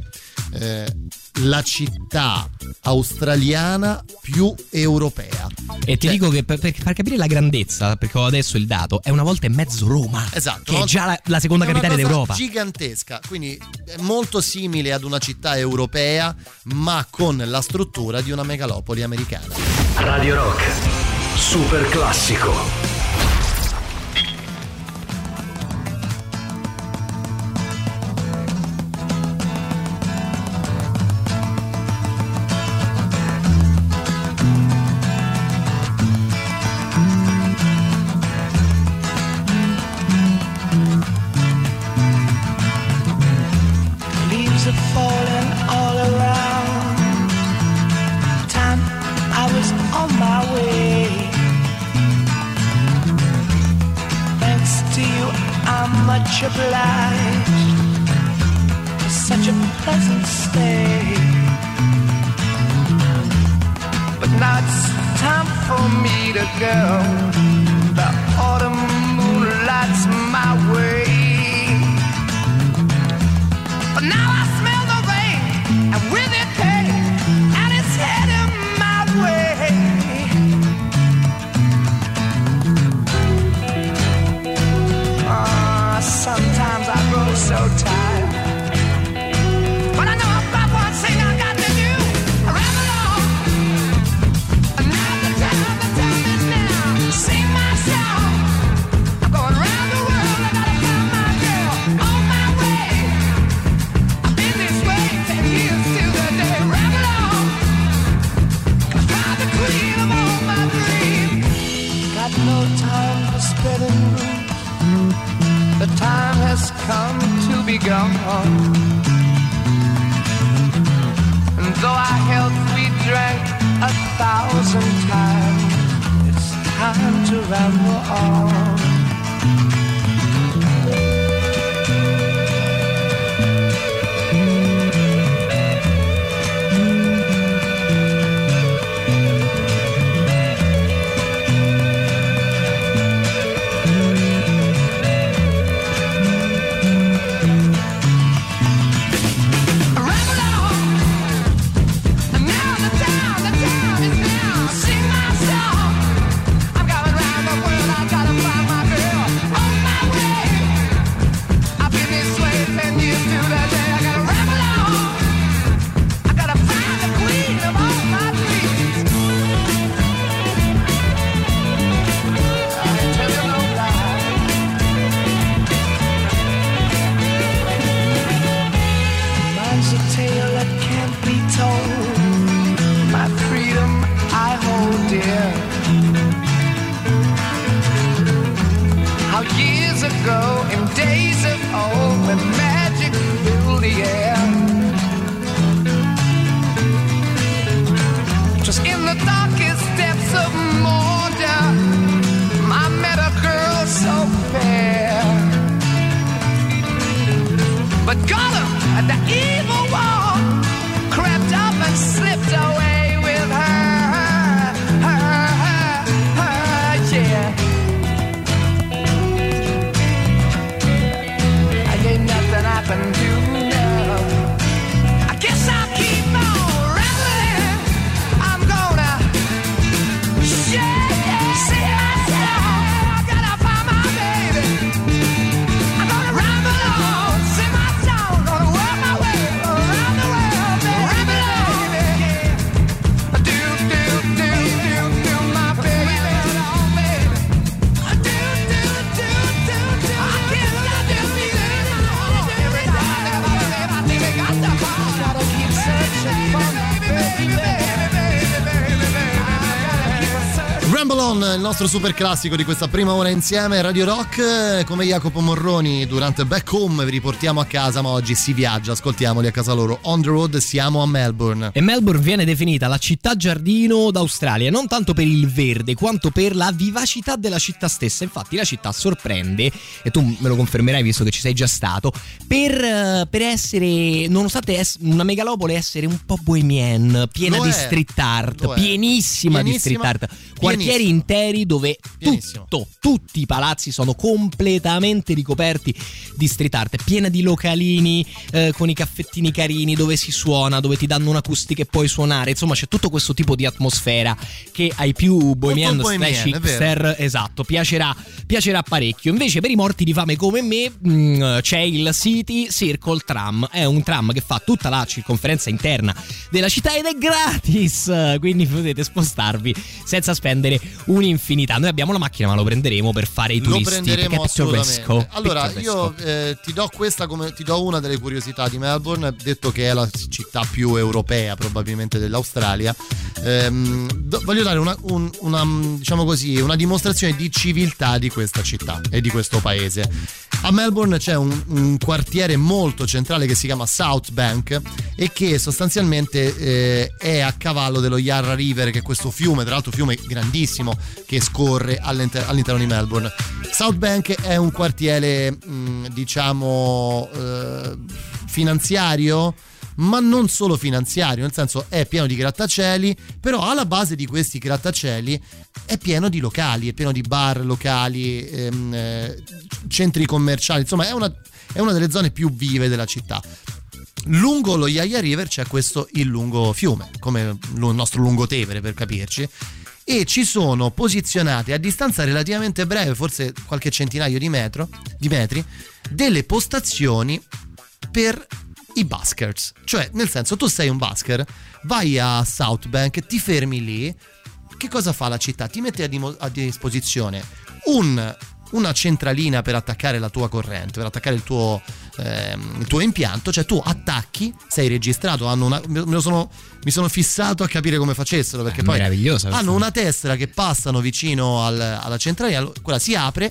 la città australiana più europea. E ti dico che per far capire la grandezza, perché ho adesso il dato, è una volta e mezzo Roma. Esatto. Che è già la seconda capitale d'Europa. Gigantesca, quindi è molto simile ad una città europea, ma con la struttura di una megalopoli americana. Radio Rock, super classico. Much obliged for such a pleasant stay. But now it's time for me to go. The autumn moonlight's my way. But now I smell the rain, and with it pain, and it's heading my way. Sometimes I grow so tired, but I know about one thing I got to do. Run along, and now the time is now. Sing my song. I'm going around the world. I gotta find my girl on my way. ramble on. Ago, in days of old, when magic filled the air, just in the darkest depths of Mordor, I met a girl so fair. But Gollum, the evil one, crept up and slipped away with her, yeah. I can do now. I guess I'll keep on rambling. I'm gonna see myself. I gotta find my baby. I'm gonna ramble on, sing my song, gonna work my way around the world, ramble on, baby. Do my baby, I can't stop this feeling. Gotta keep searching for my baby. Ramble On, il nostro super classico di questa prima ora insieme, Radio Rock. Come Jacopo Morroni durante Back Home vi riportiamo a casa, ma oggi si viaggia, ascoltiamoli a casa loro. On the road, siamo a Melbourne. E Melbourne viene definita la città giardino d'Australia, non tanto per il verde quanto per la vivacità della città stessa. Infatti la città sorprende, e tu me lo confermerai visto che ci sei già stato, per essere, nonostante una megalopoli, essere un po' bohemienne, piena di street art, pienissima di street art, quartieri interi dove tutti i palazzi sono completamente ricoperti di street art, piena di localini con i caffettini carini dove si suona, dove ti danno un'acustica e puoi suonare. Insomma, c'è tutto questo tipo di atmosfera che ai più bohemian slash hipster, esatto, piacerà parecchio. Invece per i morti di fame come me c'è il City Circle Tram. È un tram che fa tutta la circonferenza interna della città ed è gratis, quindi potete spostarvi senza spendere un'infinità. Noi abbiamo la macchina, ma lo prenderemo per fare i turisti. Lo prenderemo assolutamente. Allora io ti do questa come ti do una delle curiosità di Melbourne, detto che è la città più europea probabilmente dell'Australia. Voglio dare una diciamo così, una dimostrazione di civiltà di questa città e di questo paese. A Melbourne c'è un quartiere molto centrale che si chiama South Bank e che sostanzialmente è a cavallo dello Yarra River, che è questo fiume, tra l'altro fiume grandissimo che scorre all'interno di Melbourne. South Bank è un quartiere diciamo finanziario, ma non solo finanziario, nel senso è pieno di grattacieli, però alla base di questi grattacieli è pieno di locali, è pieno di bar locali, centri commerciali, insomma è una delle zone più vive della città. Lungo lo Yarra River c'è il lungo fiume, come il nostro Lungotevere per capirci, e ci sono posizionate a distanza relativamente breve, forse qualche centinaio di metri, delle postazioni per i buskers. Cioè, nel senso, tu sei un busker, vai a South Bank, ti fermi lì, che cosa fa la città? Ti mette a disposizione una centralina per attaccare la tua corrente, per attaccare il tuo impianto, cioè tu attacchi, sei registrato, mi sono fissato a capire come facessero, perché poi hanno una tessera che passano vicino alla centralina, quella si apre,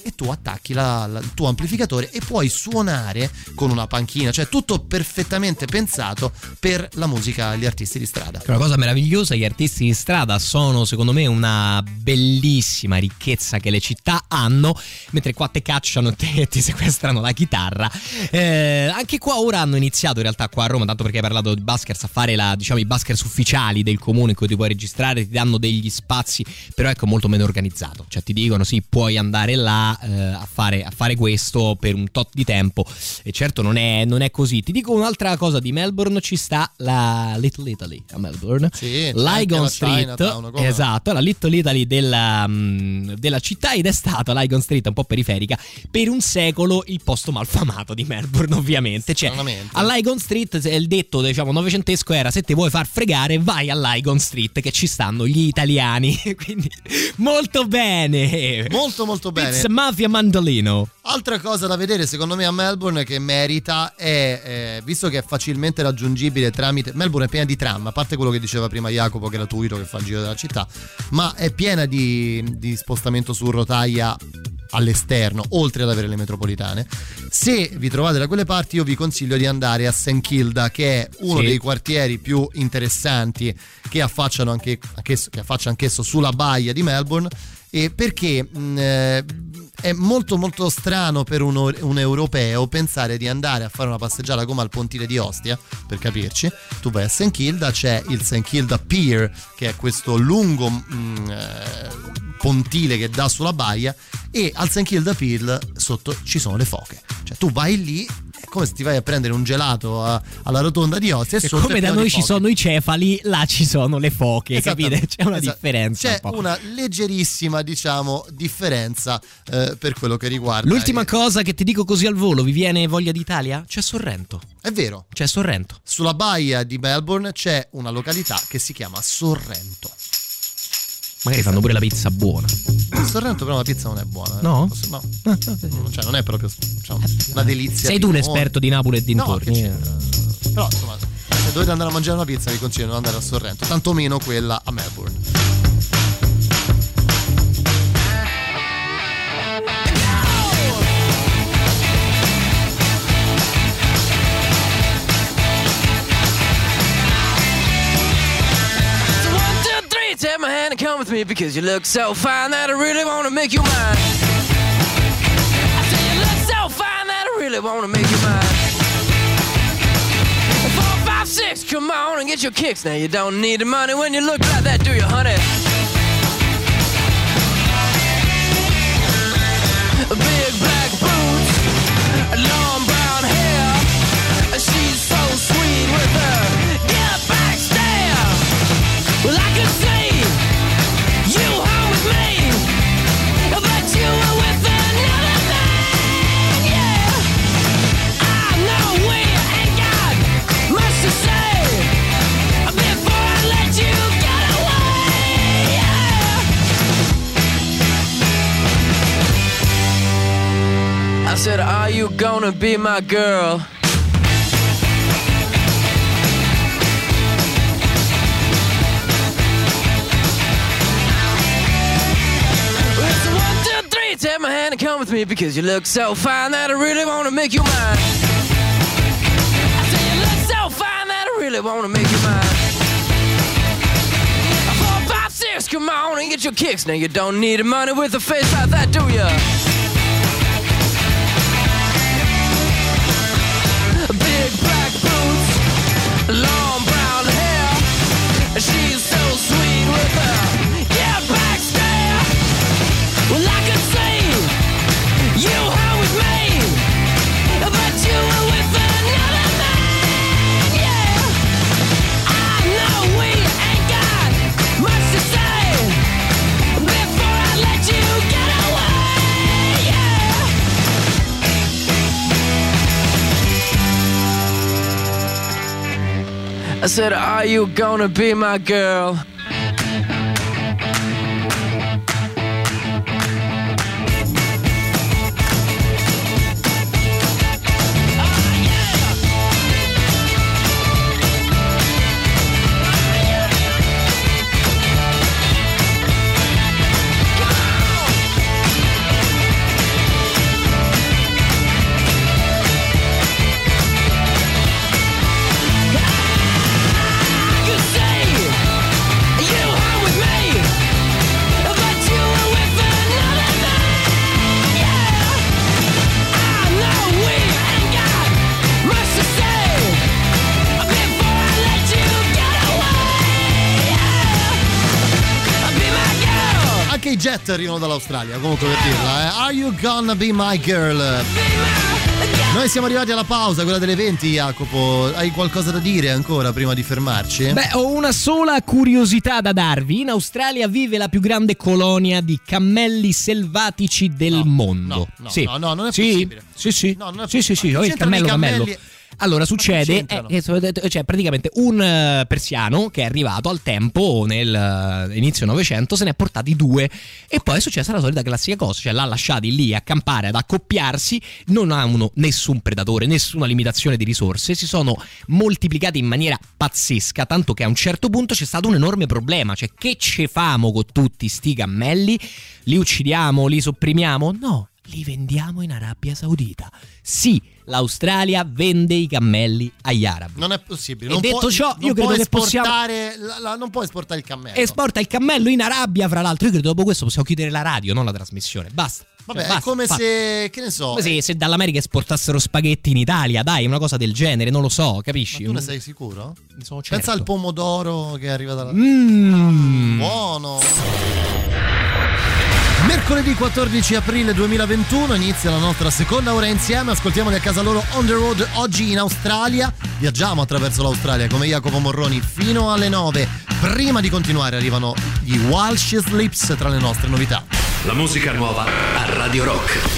e tu attacchi il tuo amplificatore e puoi suonare con una panchina, cioè tutto perfettamente pensato per la musica, gli artisti di strada. Una cosa meravigliosa, gli artisti di strada sono secondo me una bellissima ricchezza che le città hanno, mentre qua te cacciano e ti sequestrano la chitarra. Anche qua ora hanno iniziato in realtà qua a Roma, tanto perché hai parlato di buskers, a fare i buskers ufficiali del comune in cui ti puoi registrare, ti danno degli spazi, però ecco molto meno organizzato, cioè ti dicono sì, puoi andare là a fare questo per un tot di tempo, e certo non è così. Ti dico un'altra cosa, di Melbourne ci sta la Little Italy a Melbourne, sì, Lygon Street, esatto, la Little Italy della città, ed è stata Lygon Street un po' periferica per un secolo il posto malfamato di Melbourne, ovviamente. Cioè, a Lygon Street il detto, diciamo, novecentesco era: se ti vuoi far fregare vai a Lygon Street che ci stanno gli italiani. Quindi molto bene, molto bene. It's Mafia Mandolino. Altra cosa da vedere secondo me a Melbourne che merita è, visto che è facilmente raggiungibile tramite, Melbourne è piena di tram, a parte quello che diceva prima Jacopo gratuito che fa il giro della città, ma è piena di spostamento su rotaia all'esterno, oltre ad avere le metropolitane. Se vi trovate da quelle parti io vi consiglio di andare a St. Kilda, che è uno dei quartieri più interessanti che affaccia anch'esso sulla baia di Melbourne, e perché è molto molto strano per un europeo pensare di andare a fare una passeggiata come al pontile di Ostia, per capirci. Tu vai a St. Kilda, c'è il St. Kilda Pier, che è questo lungo pontile che dà sulla baia, e al St. Kilda Pier sotto ci sono le foche, cioè tu vai lì, è come se ti vai a prendere un gelato alla rotonda di Ostia, e come da noi ci sono i cefali, là ci sono le foche, capite? C'è una differenza, c'è una leggerissima, diciamo, differenza per quello che riguarda. L'ultima cosa che ti dico così al volo, vi viene voglia d'Italia? C'è Sorrento. È vero, c'è Sorrento. Sulla baia di Melbourne c'è una località che si chiama Sorrento. Magari fanno pure la pizza buona. Il Sorrento però la pizza non è buona. No? No. Cioè non è proprio, diciamo, una delizia. Sei tu un esperto di Napoli e dintorni. No, però insomma, se dovete andare a mangiare una pizza vi consiglio di non andare a Sorrento, tantomeno quella a Melbourne. Take my hand and come with me because you look so fine that I really want to make you mine. I say you look so fine that I really want to make you mine. 4, 5, 6, come on and get your kicks. Now you don't need the money when you look like that, do you, honey? Big black boots, long brown hair. She's so sweet with her get back stare. Well, I could say you home with me, but you were with another man, yeah. I know we ain't got much to say before I let you get away, yeah. I said, are you gonna be my girl? Take my hand and come with me because you look so fine that I really want to make you mine. I say you look so fine that I really want to make you mine. 4, 5, 6, come on and get your kicks. Now you don't need the money with a face like that, do ya? Big black boots, long brown hair. She's so sweet with her yeah back stare. Well, I could say you home with me, but you were with another man, yeah. I know we ain't got much to say before I let you get away, yeah. I said, are you gonna be my girl? Jet arrivano dall'Australia, comunque per dirla, Are You Gonna Be My Girl? Noi siamo arrivati alla pausa, quella delle 20, Jacopo. Hai qualcosa da dire ancora prima di fermarci? Beh, ho una sola curiosità da darvi. In Australia vive la più grande colonia di cammelli selvatici del mondo. No, non è possibile. Sì. No, non è sì, il cammello. Allora succede cioè praticamente un persiano che è arrivato al tempo nell'inizio Novecento, se ne è portati 2 e poi è successa la solita classica cosa, cioè l'ha lasciati lì a campare, ad accoppiarsi, non hanno nessun predatore, nessuna limitazione di risorse, si sono moltiplicati in maniera pazzesca, tanto che a un certo punto c'è stato un enorme problema, cioè che ce famo con tutti sti cammelli? Li uccidiamo, li sopprimiamo? No, li vendiamo in Arabia Saudita. Sì, l'Australia vende i cammelli agli arabi. Non è possibile. E detto ciò, io credo che possiamo non può esportare il cammello. Esporta il cammello in Arabia, fra l'altro. Io credo dopo questo possiamo chiudere la radio, non la trasmissione. Basta. Vabbè, è come se, che ne so, se dall'America esportassero spaghetti in Italia, dai, una cosa del genere, non lo so, capisci? Ma tu ne sei sicuro? Sono certo. Pensa al pomodoro che arriva dalla... Buono. Mercoledì 14 aprile 2021 inizia la nostra seconda ora insieme, ascoltiamoli a casa loro on the road oggi in Australia, viaggiamo attraverso l'Australia come Jacopo Morroni fino alle 9, prima di continuare arrivano gli While She Sleeps tra le nostre novità. La musica nuova a Radio Rock.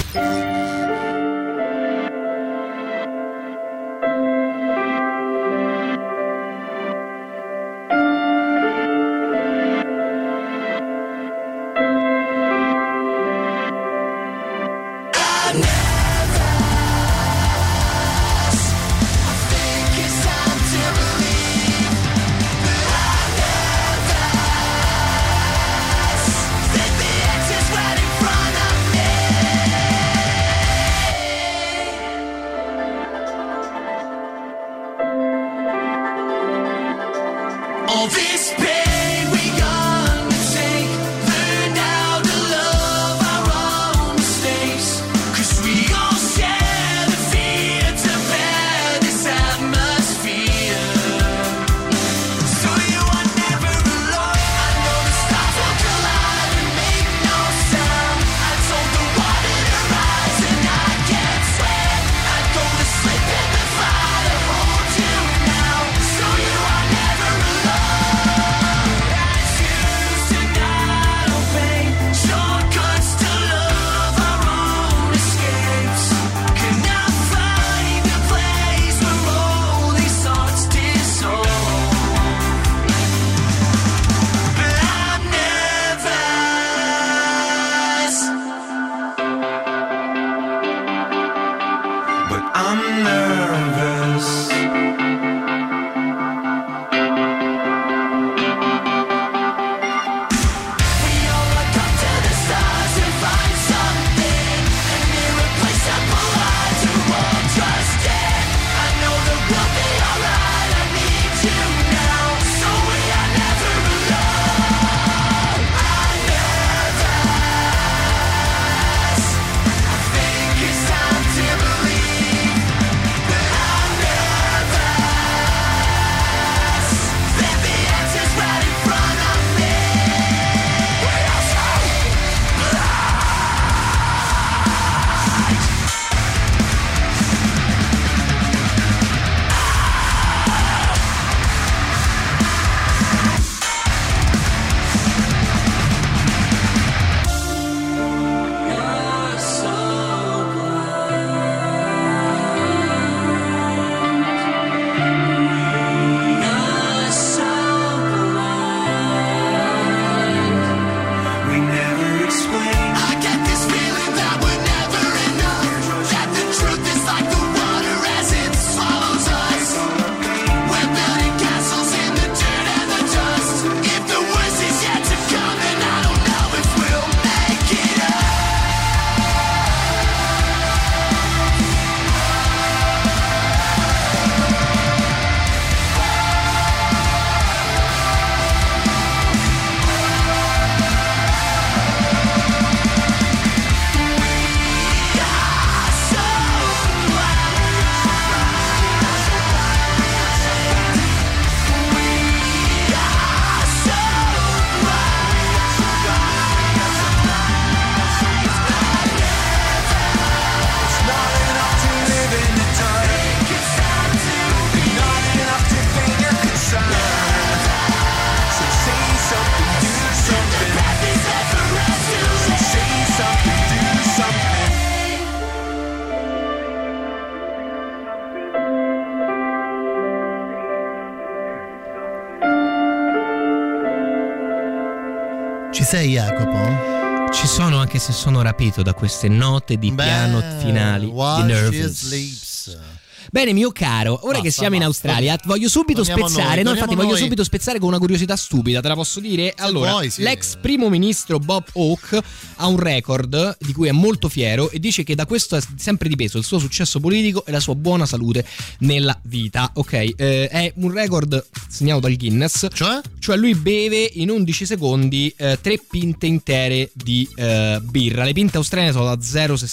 sei, Jacopo? Ci sono, anche se sono rapito da queste note di piano finali di Nervous. Bene, mio caro, ora che siamo in Australia, voglio subito spezzare. Voglio subito spezzare con una curiosità stupida, te la posso dire? Allora, vuoi, sì. L'ex primo ministro Bob Hawke ha un record di cui è molto fiero e dice che da questo è sempre dipeso il suo successo politico e la sua buona salute nella vita. Ok, è un record segnato dal Guinness. Cioè lui beve in 11 secondi 3 pinte intere di birra. Le pinte australiane sono da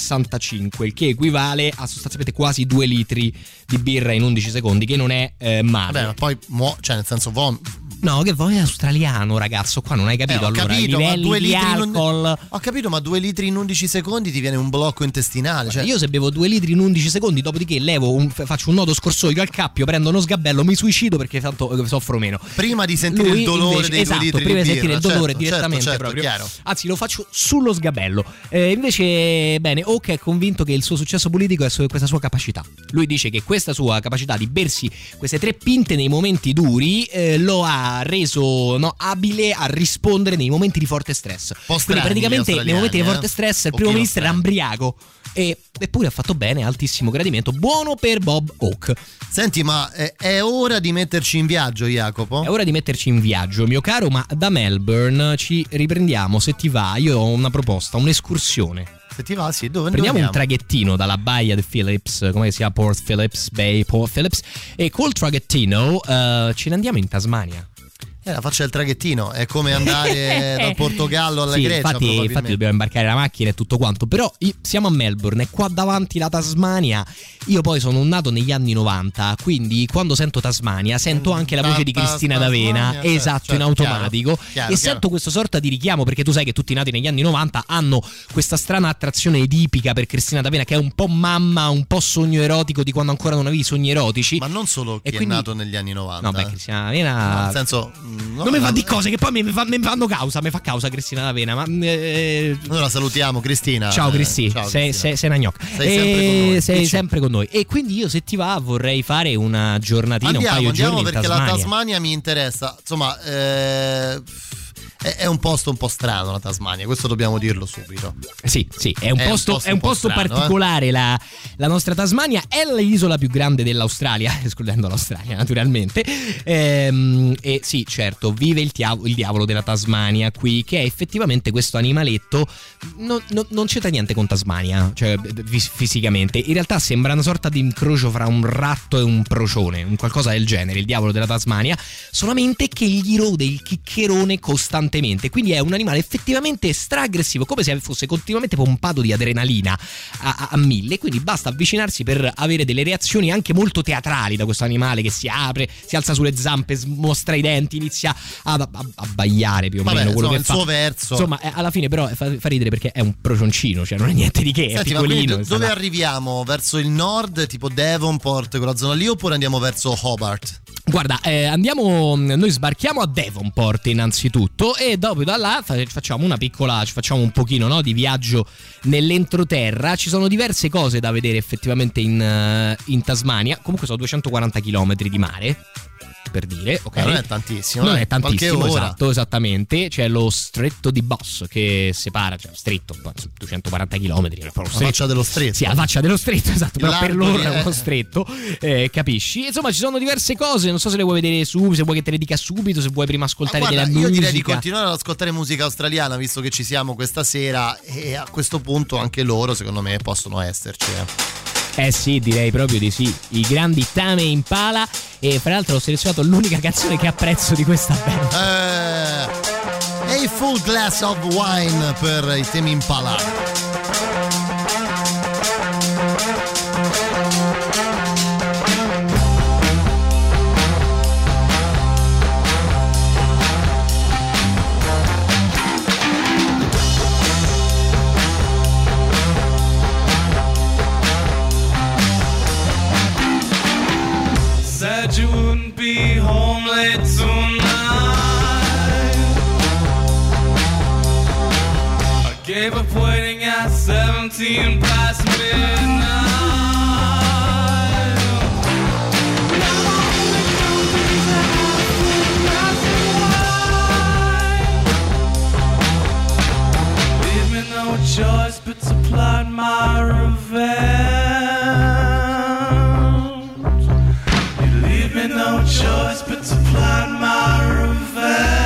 0,65, il che equivale a sostanzialmente quasi 2 litri di birra in 11 secondi, che non è male. Vabbè, ma poi cioè nel senso no, che voi è australiano, ragazzo, qua non hai capito. Allora, capito, i livelli di alcol. Ho capito, ma 2 litri in 11 secondi ti viene un blocco intestinale. Cioè... Io se bevo 2 litri in 11 secondi, dopodiché faccio un nodo scorsoio al cappio, prendo uno sgabello, mi suicido perché tanto soffro meno. Prima di sentire il dolore dei 2 litri prima di di sentire il dolore certo, direttamente proprio. Chiaro. Anzi, lo faccio sullo sgabello. Invece, bene, Hawke è convinto che il suo successo politico è questa sua capacità. Lui dice che questa sua capacità di bersi queste 3 pinte nei momenti duri lo ha reso abile a rispondere nei momenti di forte stress. Quindi praticamente nei momenti di forte stress il primo ministro era ambriaco eppure ha fatto bene, altissimo gradimento, buono per Bob Hawke. Senti, ma è ora di metterci in viaggio, Jacopo? È ora di metterci in viaggio, mio caro, ma da Melbourne ci riprendiamo, se ti va. Io ho una proposta, un'escursione. Se ti va, sì, dove prendiamo andiamo? Un traghettino dalla baia di Phillips, come si chiama? Port Phillips Bay, Port Phillips, e col traghettino ce ne andiamo in Tasmania. La faccia del traghettino è come andare dal Portogallo alla Grecia. Infatti dobbiamo imbarcare la macchina e tutto quanto. Però siamo a Melbourne e qua davanti la Tasmania. Io poi sono nato negli anni 90, quindi quando sento Tasmania sento anche la voce di Cristina D'Avena, esatto, in automatico, chiaro, sento questa sorta di richiamo, perché tu sai che tutti nati negli anni 90 hanno questa strana attrazione edipica per Cristina D'Avena, che è un po' mamma, un po' sogno erotico di quando ancora non avevi sogni erotici. Ma non solo chi è nato negli anni 90. No, Cristina D'Avena, nel senso, non mi fa di cose che poi mi fanno causa, mi fa causa Cristina D'Avena. Ma allora salutiamo Cristina. Ciao Cristina, sei una gnocca. Sei sempre con noi. E quindi io, se ti va, vorrei fare una giornatina, un paio di giorni in perché Tasmania. La Tasmania mi interessa. Insomma, è un posto un po' strano la Tasmania, questo dobbiamo dirlo subito. Sì, è un posto strano, particolare. La nostra Tasmania è l'isola più grande dell'Australia, escludendo l'Australia naturalmente. E sì, certo, vive il diavolo della Tasmania qui, che è effettivamente questo animaletto. Non c'entra niente con Tasmania, cioè fisicamente. In realtà sembra una sorta di incrocio fra un ratto e un procione, un qualcosa del genere, il diavolo della Tasmania, solamente che gli rode il chiccherone costantemente. Quindi è un animale effettivamente stra-aggressivo, come se fosse continuamente pompato di adrenalina a 1000. Quindi basta avvicinarsi per avere delle reazioni anche molto teatrali da questo animale, che si apre, si alza sulle zampe, mostra i denti, inizia a abbaiare più o meno quello che il fa. suo verso. Insomma, alla fine però fa ridere perché è un procioncino, cioè non è niente di che. Senti, è piccolino. Ma dove arriviamo? Verso il nord, tipo Devonport, quella zona lì, oppure andiamo verso Hobart? Guarda, noi sbarchiamo a Devonport innanzitutto, e dopo da là facciamo un pochino di viaggio nell'entroterra. Ci sono diverse cose da vedere effettivamente in Tasmania. Comunque sono 240 km di mare, per dire, ok? Non è tantissimo. Non è tantissimo, esatto, esattamente. C'è lo stretto di Bass che separa, cioè stretto, 240 km. La faccia dello stretto. Sì, la faccia dello stretto, esatto, però per loro è uno stretto, capisci? Insomma, ci sono diverse cose, non so se le vuoi vedere subito, se vuoi che te le dica subito, se vuoi prima ascoltare della musica. Io direi di continuare ad ascoltare musica australiana, visto che ci siamo questa sera, e a questo punto anche loro, secondo me, possono esserci. Sì, direi proprio di sì. I grandi Tame Impala. E fra l'altro ho selezionato l'unica canzone che apprezzo di questa band. A Full Glass of Wine per i Tame Impala. Said you wouldn't be home late tonight. I gave up waiting at 17 past midnight. choice but to plot my revenge.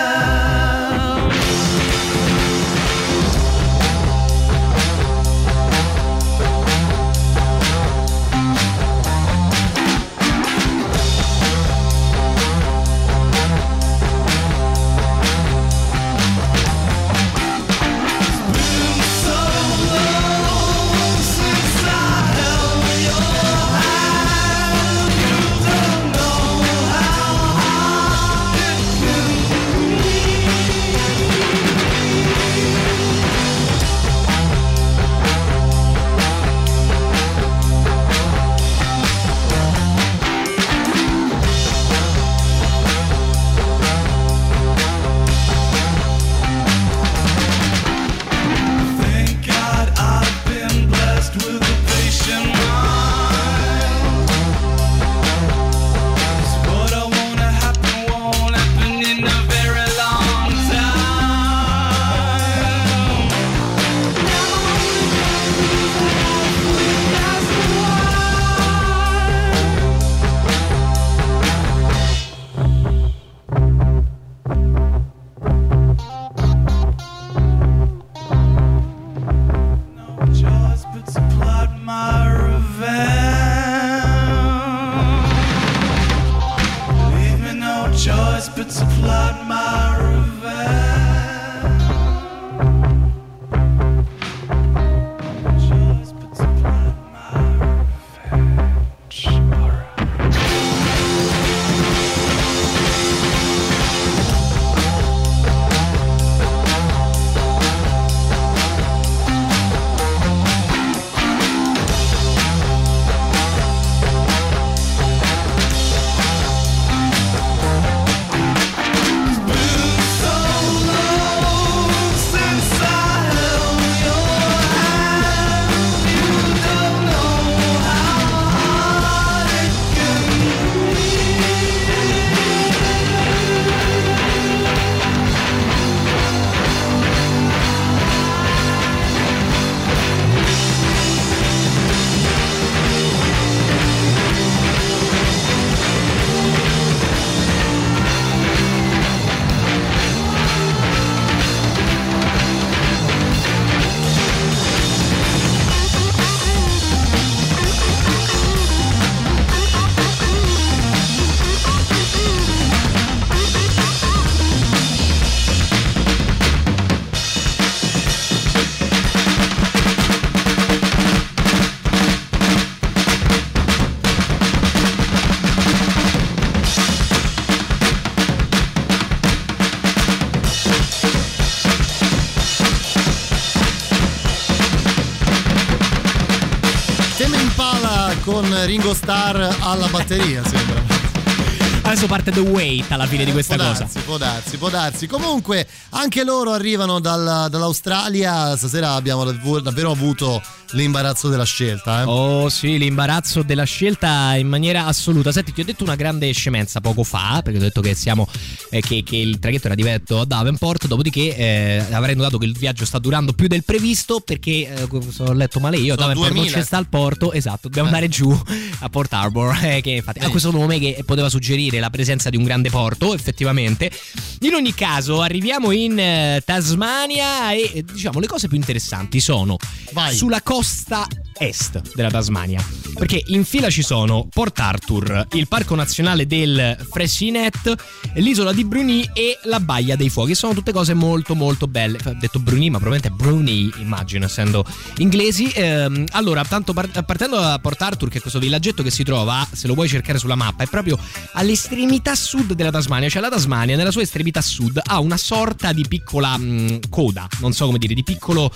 Con Ringo Starr alla batteria, sembra. Adesso parte The Wait alla fine di questa cosa. Può darsi. Comunque anche loro arrivano dall'Australia. Stasera abbiamo davvero avuto l'imbarazzo della scelta. Oh sì, l'imbarazzo della scelta in maniera assoluta. Senti, ti ho detto una grande scemenza poco fa, perché ho detto che che il traghetto era diretto a Davenport. Dopodiché avrei notato che il viaggio sta durando più del previsto, perché ho letto male io. Davenport 2000. Non c'è sta al porto, esatto, dobbiamo andare giù a Port Harbour, che infatti ha questo nome che poteva suggerire la presenza di un grande porto, effettivamente. In ogni caso arriviamo in Tasmania e diciamo le cose più interessanti sono sulla costa est della Tasmania, perché in fila ci sono Port Arthur, il parco nazionale del Fressinet, l'isola di Bruni e la baia dei fuochi. Sono tutte cose molto molto belle. Ho detto Bruni, ma probabilmente Bruni, immagino, essendo inglesi. Allora, tanto partendo da Port Arthur, che è questo villaggetto che si trova, se lo vuoi cercare sulla mappa, è proprio all'estremità sud della Tasmania. Cioè la Tasmania nella sua estremità sud ha una sorta di piccola coda, non so come dire, di piccolo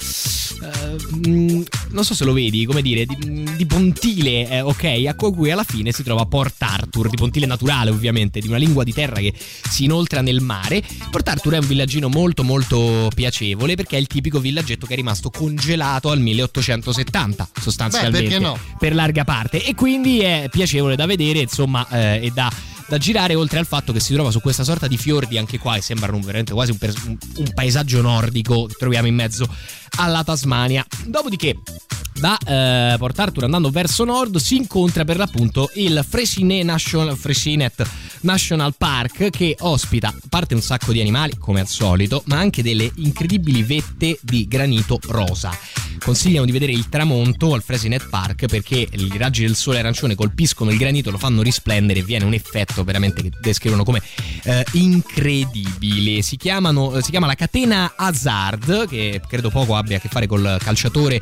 non so se lo vedi, come dire, di pontile, ok, a cui alla fine si trova Port Arthur, di pontile naturale ovviamente, di una lingua di terra che si inoltra nel mare. Port Arthur è un villaggino molto molto piacevole, perché è il tipico villaggetto che è rimasto congelato al 1870 sostanzialmente. Perché no? Per larga parte, e quindi è piacevole da vedere, insomma, e da girare, oltre al fatto che si trova su questa sorta di fiordi anche qua, e sembrano veramente quasi un paesaggio nordico che troviamo in mezzo alla Tasmania. Dopodiché da Port Arthur andando verso nord si incontra per l'appunto il Freycinet National Park, che ospita a parte un sacco di animali come al solito, ma anche delle incredibili vette di granito rosa. Consigliano di vedere il tramonto al Freycinet Park perché i raggi del sole arancione colpiscono il granito, lo fanno risplendere e viene un effetto veramente che descrivono come incredibile. Si chiama la catena Hazard, che credo poco abbia a che fare col calciatore,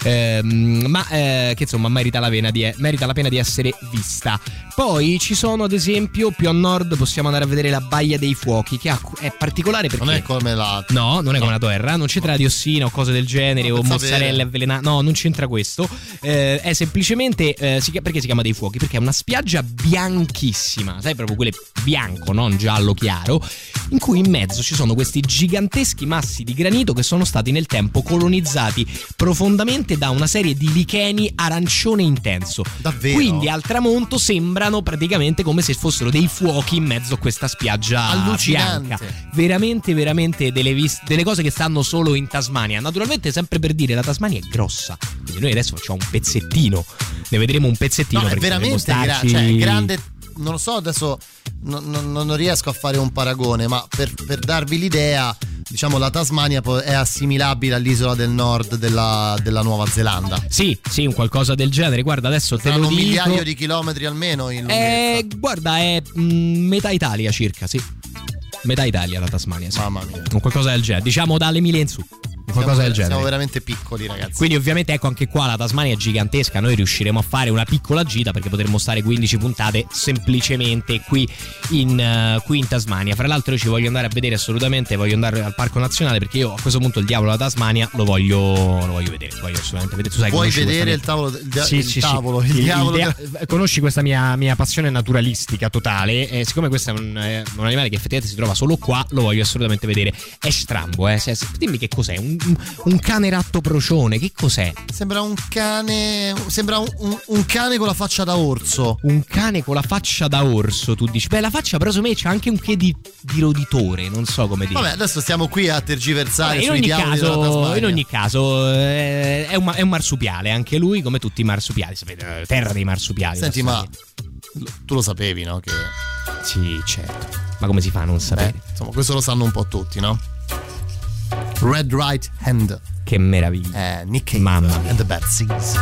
ma che insomma merita la pena di essere vista. Poi ci sono, ad esempio, più a nord possiamo andare a vedere la Baia dei Fuochi, che è particolare perché non è come la terra, non c'entra diossina o cose del genere o mozzarella avvelenata, no, non c'entra questo. È semplicemente perché si chiama dei fuochi? Perché è una spiaggia bianchissima, sai, proprio quelle bianco, non giallo chiaro, in cui in mezzo ci sono questi giganteschi massi di granito che sono stati nel tempo colonizzati profondamente da una serie di licheni arancione intenso. Davvero? Quindi al tramonto sembrano praticamente come se fossero dei fuochi in mezzo a questa spiaggia allucinante, bianca. Veramente delle cose che stanno solo in Tasmania. Naturalmente, sempre per dire, la Tasmania è grossa, quindi noi adesso facciamo un pezzettino, ne vedremo un pezzettino. No, è veramente è grande. Non lo so, adesso non riesco a fare un paragone, ma per darvi l'idea, diciamo, la Tasmania è assimilabile all'isola del nord della Nuova Zelanda. Sì, un qualcosa del genere. Guarda, adesso te lo dico, un migliaio di chilometri almeno in lunghezza. Guarda, è metà Italia circa, sì. Metà Italia la Tasmania, sì. Mamma mia. Un qualcosa del genere, diciamo dall'Emilia in su. Qualcosa del genere. Siamo veramente piccoli, ragazzi. Quindi ovviamente ecco, anche qua la Tasmania è gigantesca. Noi riusciremo a fare una piccola gita perché potremmo stare 15 puntate semplicemente qui in Tasmania. Fra l'altro io ci voglio andare a vedere assolutamente, voglio andare al Parco Nazionale perché io a questo punto il diavolo della Tasmania lo voglio vedere, voglio assolutamente vedere. Tu sai, vuoi vedere il tavolo? Il diavolo? Conosci questa mia passione naturalistica totale, e siccome questo è un animale che effettivamente si trova solo qua, lo voglio assolutamente vedere. È strambo, dimmi che cos'è, un cane ratto procione, che cos'è? Sembra un cane con la faccia da orso. Un cane con la faccia da orso, tu dici? Beh, la faccia però secondo me c'ha anche un che di roditore, non so come dire. Vabbè, adesso stiamo qui a tergiversare sui diavoli della Tasmania. In ogni caso è un marsupiale, anche lui, come tutti i marsupiali, sapete, terra dei marsupiali. Senti, ma tu lo sapevi, no? Che... Sì, certo. Ma come si fa a non sapere? Insomma, questo lo sanno un po' tutti, no? Red Right Hand. Che meraviglia. Nick Cave, mamma mia. And the Bad Seeds.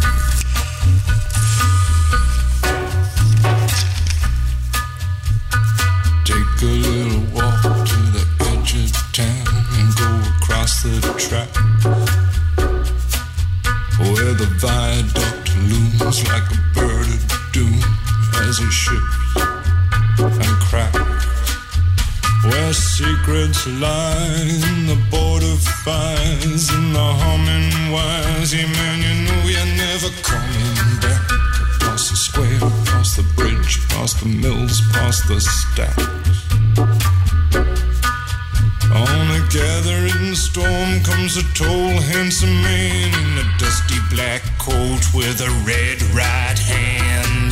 Take a little walk to the edge of town and go across the track where the viaduct looms like a bird of doom as it ships and cracks, where secrets lie in the border fires and the humming wires. Yeah, man, you know you're never coming back. Past the square, past the bridge, past the mills, past the stacks. On a gathering storm comes a tall, handsome man in a dusty black coat with a red right hand.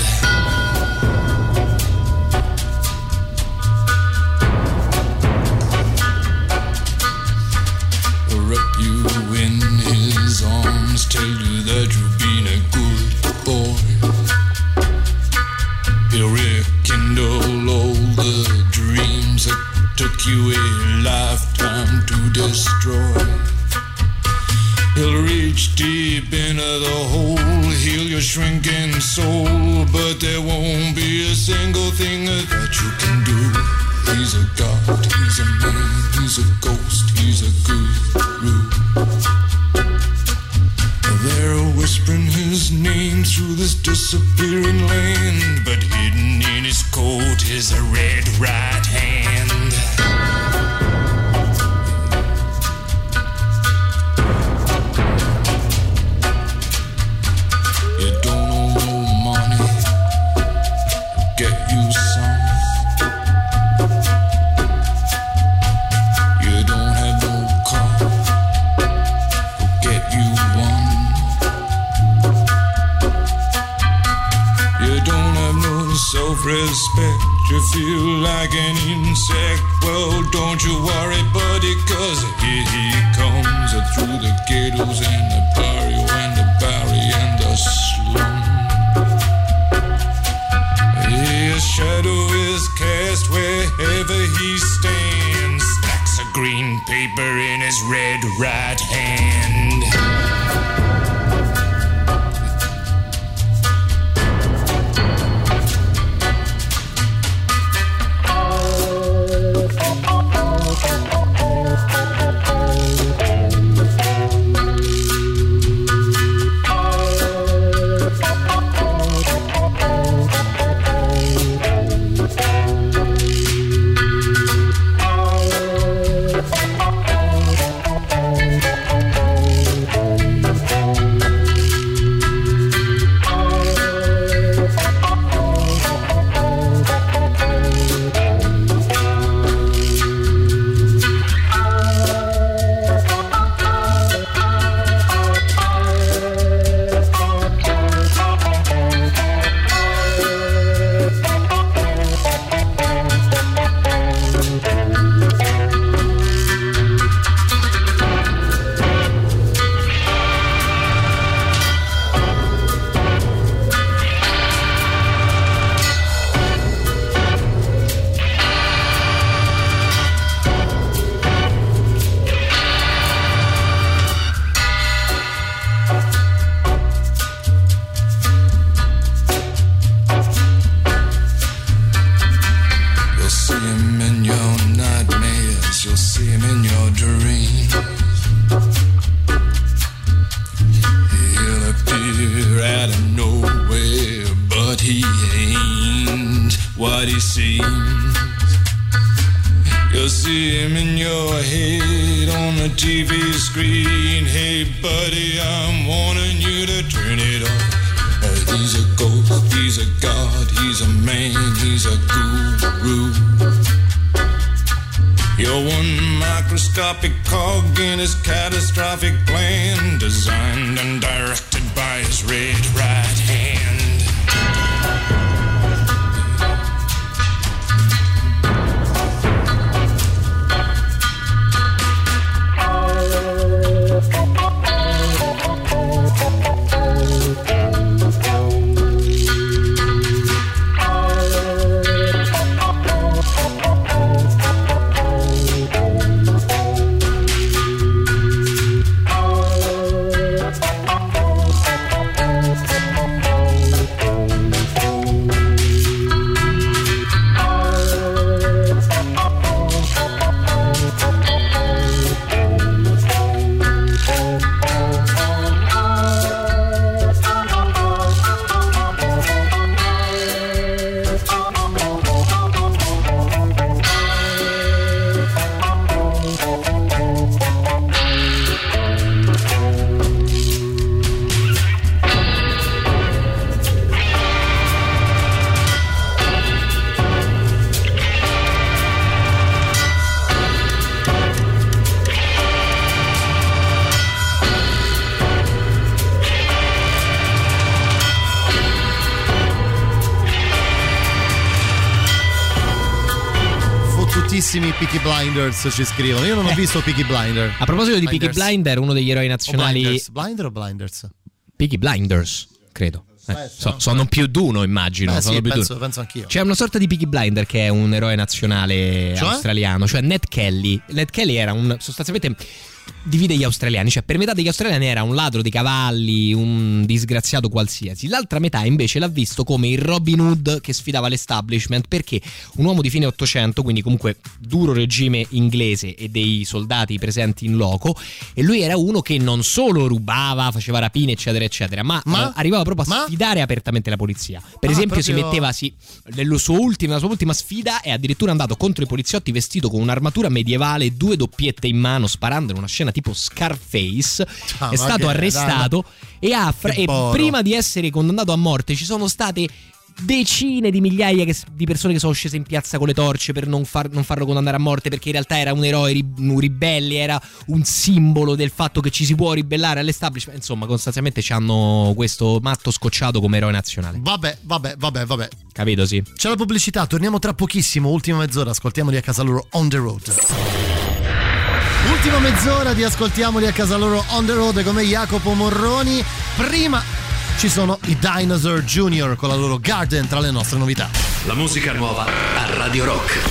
Wrap you in his arms, tell you that you've been a good boy. He'll rekindle all the dreams that took you a lifetime to destroy. He'll reach deep into the hole, heal your shrinking soul, but there won't be a single thing that you can do. He's a god, he's a man, he's a ghost, he's a guru. They're whispering his name through this disappearing land, but hidden in his coat is a red right hand. You don't owe no money, get you some. You don't have no car, get you one. You don't have no self-respect, you feel like an insect. Well, don't you worry, buddy, cause here he comes through the ghettos and the barrio and the barrio. shadow is cast wherever he stands. Stacks of green paper in his red right hand. Peaky Blinders ci scrivono. Io non ho visto Peaky Blinder. A proposito di Peaky Blinder, uno degli eroi nazionali. Blinder o Blinders? Peaky Blinders, credo. Sono più d'uno, immagino. Sì, penso anch'io. C'è una sorta di Peaky Blinder che è un eroe nazionale australiano, cioè Ned Kelly. Ned Kelly era sostanzialmente divide gli australiani, cioè per metà degli australiani era un ladro di cavalli, un disgraziato qualsiasi. L'altra metà invece l'ha visto come il Robin Hood che sfidava l'establishment, perché un uomo di fine 800, quindi comunque duro regime inglese e dei soldati presenti in loco, e lui era uno che non solo rubava, faceva rapine eccetera eccetera, ma arrivava proprio a sfidare apertamente la polizia. Per esempio si metteva la sua ultima sfida è addirittura andato contro i poliziotti vestito con un'armatura medievale, 2 doppiette in mano, sparando in una scena tipo Scarface. È stato arrestato e prima di essere condannato a morte ci sono state decine di migliaia di persone che sono scese in piazza con le torce per non farlo condannare a morte, perché in realtà era un eroe, un ribelle, era un simbolo del fatto che ci si può ribellare all'establishment. Insomma, sostanzialmente ci hanno questo matto scocciato come eroe nazionale. Vabbè. Capito, sì. C'è la pubblicità, torniamo tra pochissimo, ultima mezz'ora, ascoltiamoli a casa loro on the road. Ultima mezz'ora di ascoltiamoli a casa loro on the road come Jacopo Morroni. Prima ci sono i Dinosaur Jr. con la loro Garden tra le nostre novità. La musica nuova a Radio Rock.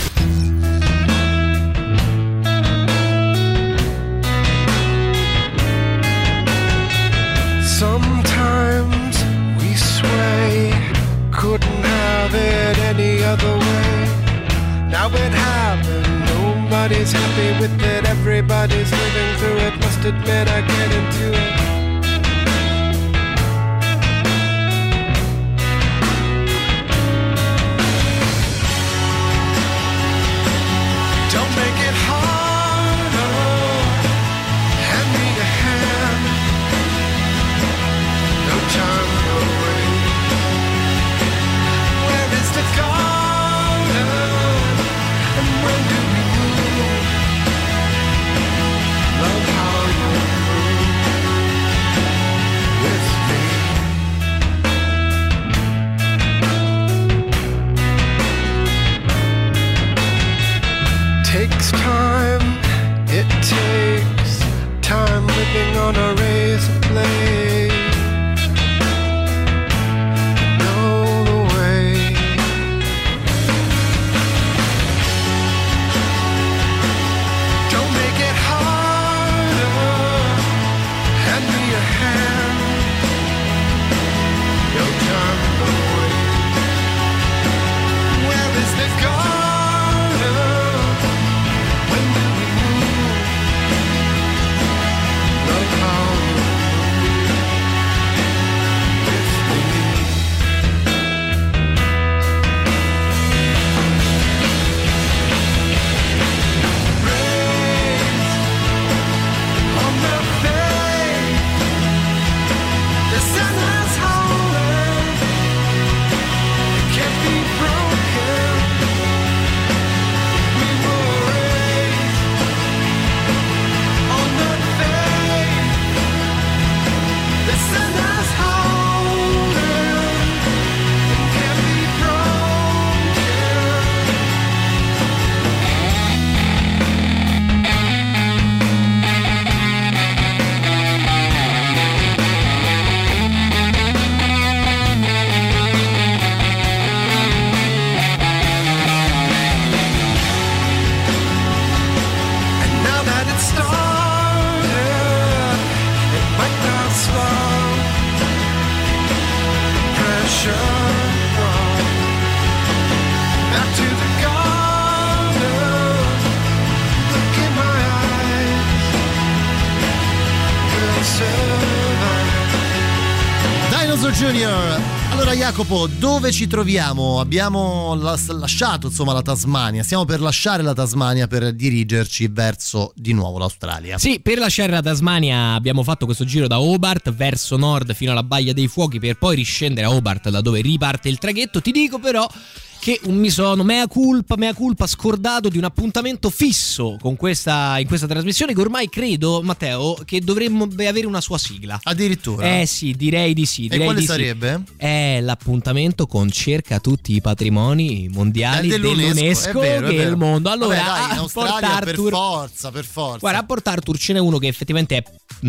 Sometimes we sway, couldn't have it any other way. Now it happened, nobody's happy with it, everybody's living through it. Must admit I get into it. Don't make it harder, hand me a hand. No time, no way. Where is the garden? And when do we move? Love how you move with me. Takes time, it takes time living on a razor blade. Know the way. Don't make it harder, hand me a hand. No time, no way. Where is the garden? When do we move? Love how you move with me. Rays on the face, the sun has holding, it can't be broken. We were raised on the face, the sun has holding, it can't be And now that it's started, it might not slow. Pressure from back to the garden. Look in my eyes, we'll survive. Dinosaur Jr. Allora Jacopo, dove ci troviamo? Abbiamo lasciato insomma la Tasmania, stiamo per lasciare la Tasmania per dirigerci verso di nuovo l'Australia. Sì, per lasciare la Tasmania abbiamo fatto questo giro da Hobart verso nord fino alla Baia dei Fuochi per poi riscendere a Hobart da dove riparte il traghetto. Ti dico però che mi sono mea culpa scordato di un appuntamento fisso con in questa trasmissione che ormai credo, Matteo, che dovremmo avere una sua sigla. Addirittura? Sì, direi di sì. E quale sarebbe? È l'appuntamento con cerca tutti i patrimoni mondiali dell'UNESCO è vero. che è il mondo. Allora, vabbè, dai, in Australia per forza. Guarda, a Port Arthur ce n'è uno che effettivamente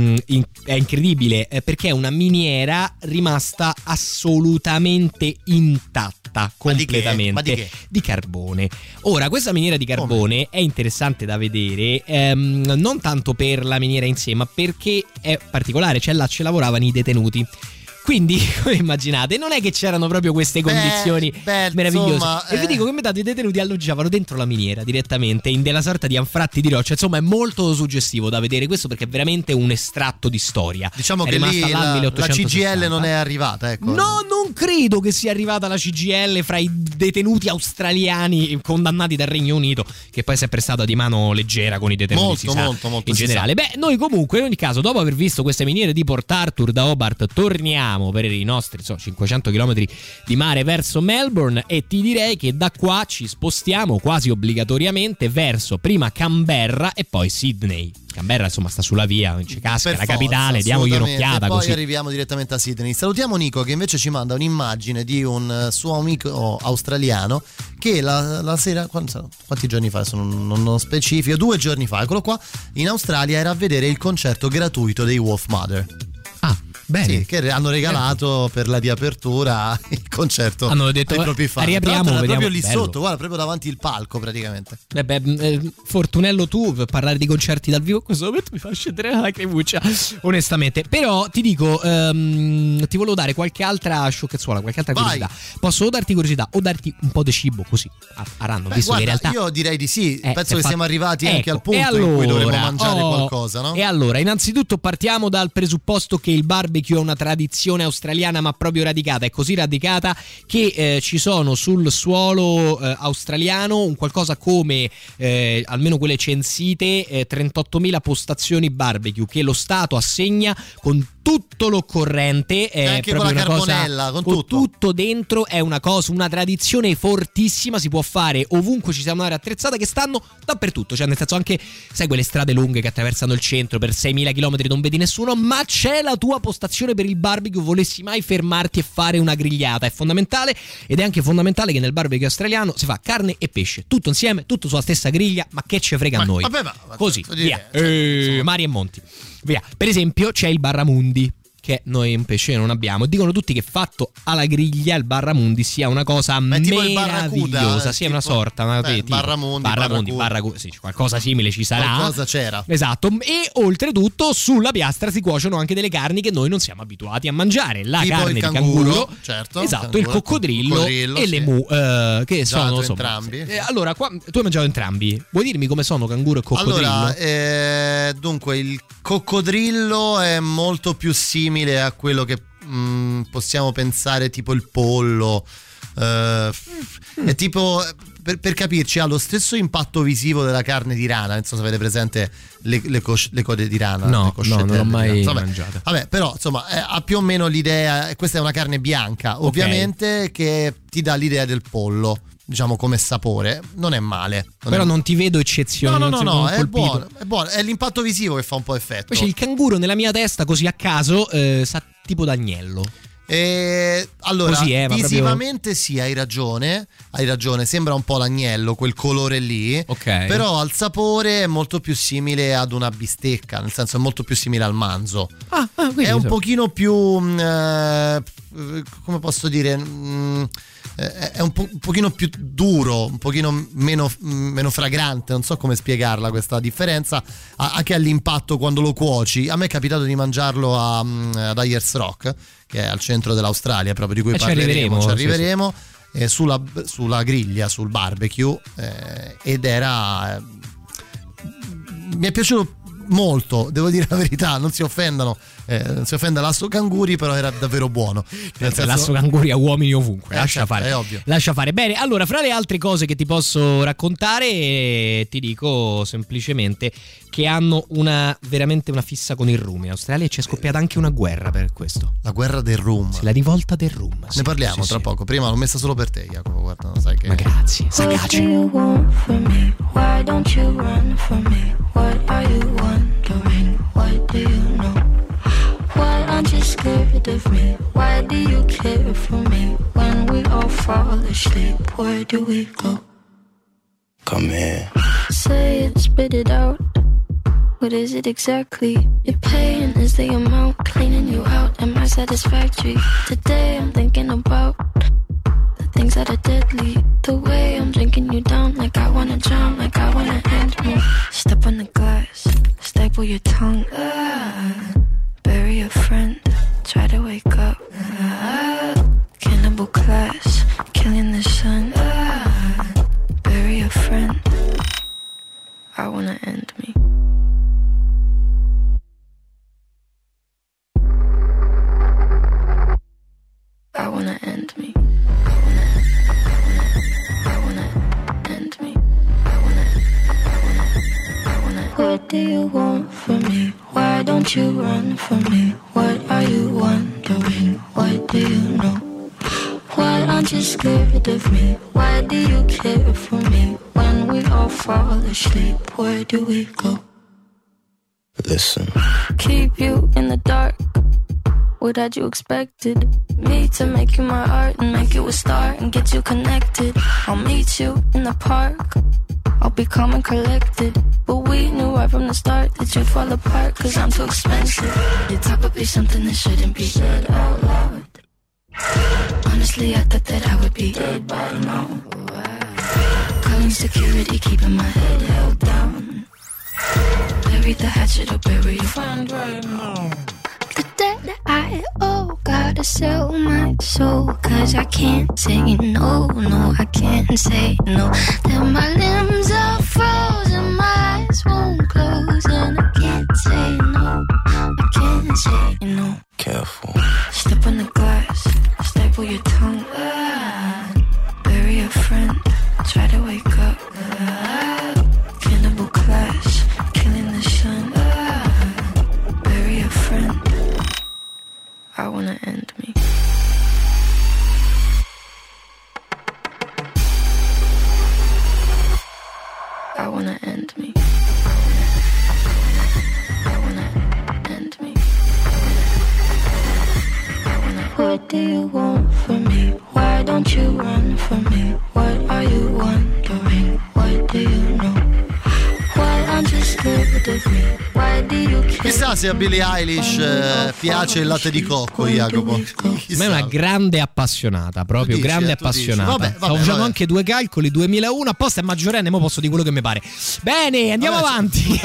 è incredibile, perché è una miniera rimasta assolutamente intatta, completamente. Ma di che? Di carbone. Ora, questa miniera di carbone è interessante da vedere, non tanto per la miniera in sé, ma perché è particolare, cioè là ci lavoravano i detenuti. Quindi, come immaginate, non è che c'erano proprio queste condizioni meravigliose. Insomma, e vi dico che metà dei detenuti alloggiavano dentro la miniera direttamente, in della sorta di anfratti di roccia. Insomma, è molto suggestivo da vedere questo, perché è veramente un estratto di storia. Diciamo che lì la CGIL non è arrivata, ecco. No, non credo che sia arrivata la CGIL fra i detenuti australiani condannati dal Regno Unito, che poi è sempre stata di mano leggera con i detenuti, molto in generale. Beh, noi comunque in ogni caso, dopo aver visto queste miniere di Port Arthur da Hobart, torniamo per i nostri 500 km di mare verso Melbourne, e ti direi che da qua ci spostiamo quasi obbligatoriamente verso prima Canberra e poi Sydney. Canberra insomma sta sulla via, non ci casca, la capitale, diamogli un'occhiata e poi così. Arriviamo direttamente a Sydney. Salutiamo Nico che invece ci manda un'immagine di un suo amico australiano che la sera, quanti giorni fa, non specifico, 2 giorni fa, eccolo qua, in Australia era a vedere il concerto gratuito dei Wolf Mother. Sì, che hanno regalato per la di apertura il concerto. Hanno detto ai propri fan. riapriamo, proprio lì bello. sotto, guarda, proprio davanti il palco praticamente. Fortunello, tu per parlare di concerti dal vivo in questo momento mi fa scendere la lacrimuccia, onestamente. Però ti dico, ti volevo dare qualche altra sciocchezzuola, qualche altra curiosità. Posso o darti curiosità o darti un po' di cibo così a random, visto guarda, che in realtà io direi di sì. Penso che fatto... siamo arrivati anche al punto allora, in cui dovremo mangiare qualcosa, no? E allora, innanzitutto partiamo dal presupposto che il barbecue è una tradizione australiana, ma proprio radicata. È così radicata che ci sono sul suolo australiano un qualcosa come almeno quelle censite 38.000 postazioni barbecue che lo Stato assegna con tutto l'occorrente, anche con la carbonella, con tutto dentro. È una cosa, una tradizione fortissima, si può fare ovunque ci sia un'area attrezzata, che stanno dappertutto, cioè nel senso anche, sai, quelle strade lunghe che attraversano il centro per 6.000 km non vedi nessuno, ma c'è la tua postazione per il barbecue, volessi mai fermarti e fare una grigliata. È fondamentale, ed è anche fondamentale che nel barbecue australiano si fa carne e pesce, tutto insieme, tutto sulla stessa griglia, ma che ce frega a noi? Vabbè, ma così, via, mari e monti. Via. Per esempio c'è il barramundi, che noi in pesce non abbiamo. Dicono tutti che fatto alla griglia il barramundi sia una cosa meravigliosa, sia una sorta, barramundi, sì, qualcosa simile ci sarà. Qualcosa c'era. Esatto. E oltretutto sulla piastra si cuociono anche delle carni che noi non siamo abituati a mangiare. La tipo carne il di canguro, certo, esatto, il coccodrillo e le mu, che sono entrambi. Allora, qua tu hai mangiato entrambi. Vuoi dirmi come sono canguro e coccodrillo? Allora, dunque il coccodrillo è molto più simile a quello che possiamo pensare, tipo il pollo. È tipo, per capirci, ha lo stesso impatto visivo della carne di rana. Non so se avete presente le code di rana. No, non l'ho mai mangiata. Vabbè, però insomma ha più o meno l'idea. Questa è una carne bianca, ovviamente, che ti dà l'idea del pollo, diciamo, come sapore. Non è male. Non ti vedo eccezioni. No, è buono. È l'impatto visivo che fa un po' effetto. Invece il canguro nella mia testa, così a caso, sa tipo d'agnello. Allora, così visivamente sì, hai ragione, sembra un po' l'agnello, quel colore lì, però al sapore è molto più simile ad una bistecca, nel senso è molto più simile al manzo. È un pochino più come posso dire, è un pochino più duro, un pochino meno fragrante, non so come spiegarla questa differenza, anche all'impatto quando lo cuoci. A me è capitato di mangiarlo ad Ayers Rock, che è al centro dell'Australia, proprio di cui parleremo, ci arriveremo. Sì. Sulla griglia, sul barbecue, ed era mi è piaciuto molto, devo dire la verità, non si offendano, non si offenda l'Asso Canguri, però era davvero buono. L'Asso Canguri a uomini ovunque, lascia fare. È ovvio. Lascia fare. Bene, allora, fra le altre cose che ti posso raccontare, ti dico semplicemente che hanno veramente una fissa con il rum in Australia, e c'è scoppiata anche una guerra per questo. La guerra del rum. Sì, la rivolta del rum. Ne parliamo tra poco. Prima l'ho messa solo per te, Jacopo, guarda, non sai che. Ma grazie, sagace. Why don't you run from me? What are you wondering? What do you know? Why aren't you scared of me? Why do you care for me? When we all fall asleep, where do we go? Come here. Say it, spit it out. What is it exactly? Your pain is the amount cleaning you out. Am I satisfactory? Today I'm thinking about the things that are deadly. The way I'm drinking you down, like I wanna drown, like I wanna end me. Step on the glass, staple your tongue. Bury a friend, try to wake up. Cannibal class, killing the sun. Bury a friend, I wanna end me. I wanna end me. I wanna end me. What do you want from me? Why don't you run from me? What are you wondering? What do you know? Why aren't you scared of me? Why do you care for me? When we all fall asleep, where do we go? Listen. Keep you in the dark. What had you expected? Me to make you my art and make you a star and get you connected. I'll meet you in the park. I'll be calm and collected. But we knew right from the start that you'd fall apart, cause I'm too expensive. Your top would be something that shouldn't be said out loud. Honestly, I thought that I would be dead by now. Calling security, keeping my head held down. Bury the hatchet or bury your friend right now. The debt I owe, gotta sell my soul, cause I can't say no, no, I can't say no. Then my limbs are frozen, my eyes won't close, and I can't say no, I can't say no. Careful. Step on the glass, staple your tongue, bury a friend, try to wake up, cannibal clash, killing the sun, bury a friend. I wanna end me. I wanna end me. I wanna end me. What do you want from me? Why don't you run from me? What are you wondering? What do you know? Why aren't you scared of me? Why do you care? Chissà se a Billie Eilish piace il latte di cocco, Jacopo. Ma è una grande appassionata, proprio dici, grande appassionata. Vabbè, Stavo facendo anche due calcoli, 2001, apposta è maggiorenne, mo posso dire quello che mi pare. Bene, andiamo avanti.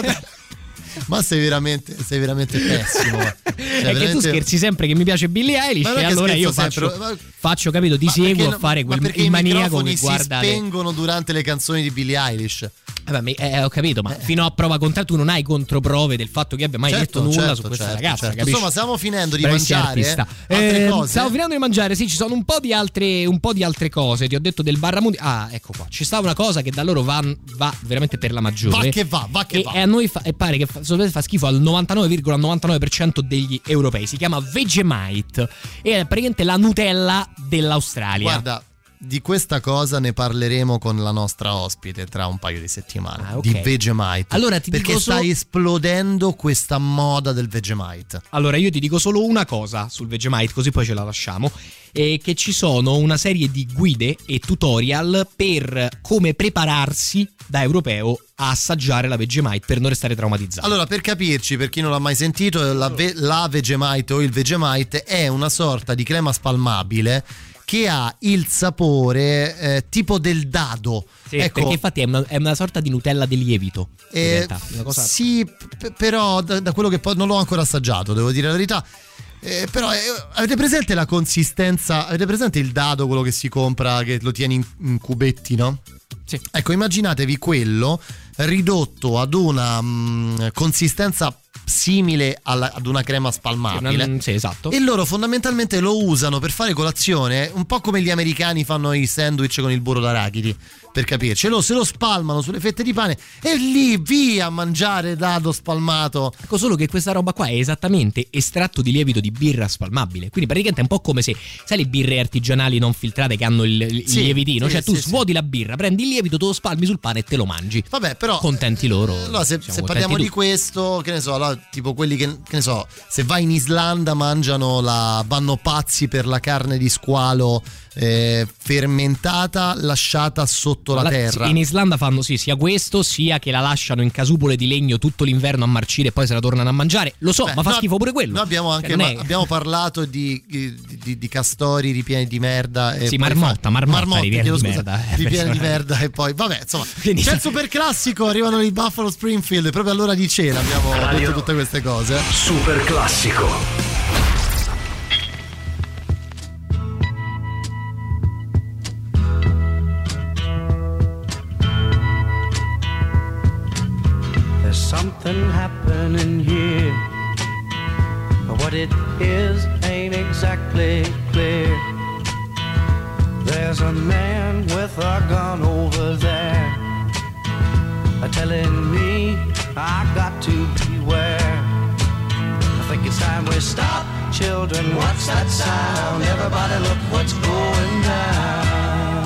Ma sei veramente pessimo. È che tu scherzi sempre che mi piace Billie Eilish e allora io faccio, capito, ti seguo a fare il maniaco che guarda. Si spengono durante le canzoni di Billie Eilish. Ho capito, ma fino a prova contraria tu non hai controprove del fatto che abbia mai detto nulla su questa ragazza, capisci? Insomma, stiamo finendo di mangiare altre cose. Stiamo finendo di mangiare, sì, ci sono un po' di altre cose. Ti ho detto del Barra Mundi. Ah, ecco qua. Ci sta una cosa che da loro va veramente per la maggiore. Va che va. E a noi pare che fa schifo al 99,99% degli europei. Si chiama Vegemite e è praticamente la Nutella dell'Australia. Guarda, di questa cosa ne parleremo con la nostra ospite tra un paio di settimane. Okay. Di Vegemite. Allora perché sta esplodendo questa moda del Vegemite. Allora io ti dico solo una cosa sul Vegemite, così poi ce la lasciamo. È che ci sono una serie di guide e tutorial per come prepararsi da europeo a assaggiare la Vegemite per non restare traumatizzato. Allora, per capirci, per chi non l'ha mai sentito, la Vegemite o il Vegemite è una sorta di crema spalmabile che ha il sapore tipo del dado. Sì, ecco, perché infatti è una sorta di Nutella di lievito. In realtà, una cosa... Sì, però da quello che poi non l'ho ancora assaggiato, devo dire la verità. Però avete presente la consistenza? Avete presente il dado, quello che si compra, che lo tieni in cubetti, no? Sì. Ecco, immaginatevi quello ridotto ad una consistenza simile ad una crema spalmabile. Sì, esatto. E loro fondamentalmente lo usano per fare colazione, un po' come gli americani fanno i sandwich con il burro d'arachidi, per capirci. Se lo spalmano sulle fette di pane e lì via a mangiare dado spalmato. Ecco, solo che questa roba qua è esattamente estratto di lievito di birra spalmabile. Quindi praticamente è un po' come se, sai, le birre artigianali non filtrate che hanno il lievitino, cioè tu svuoti la birra, prendi il lievito, te lo spalmi sul pane e te lo mangi. Vabbè, però contenti loro. Allora se parliamo di questo, che ne so, allora, tipo quelli che ne so, se vai in Islanda vanno pazzi per la carne di squalo fermentata lasciata sotto la terra. In Islanda fanno sia questo, sia che la lasciano in casupole di legno tutto l'inverno a marcire e poi se la tornano a mangiare. Lo so, ma fa schifo pure quello. Noi abbiamo anche abbiamo parlato di castori ripieni di merda e marmotta ripieni di merda. Ripieni di merda e poi vabbè, insomma, c'è il super classico, arrivano i Buffalo Springfield, proprio all'ora di cena abbiamo detto tutte queste cose. Super classico. Something happening here, but what it is ain't exactly clear. There's a man with a gun over there, telling me I got to beware. I think it's time we stop, children. What's that sound? Everybody look what's going down.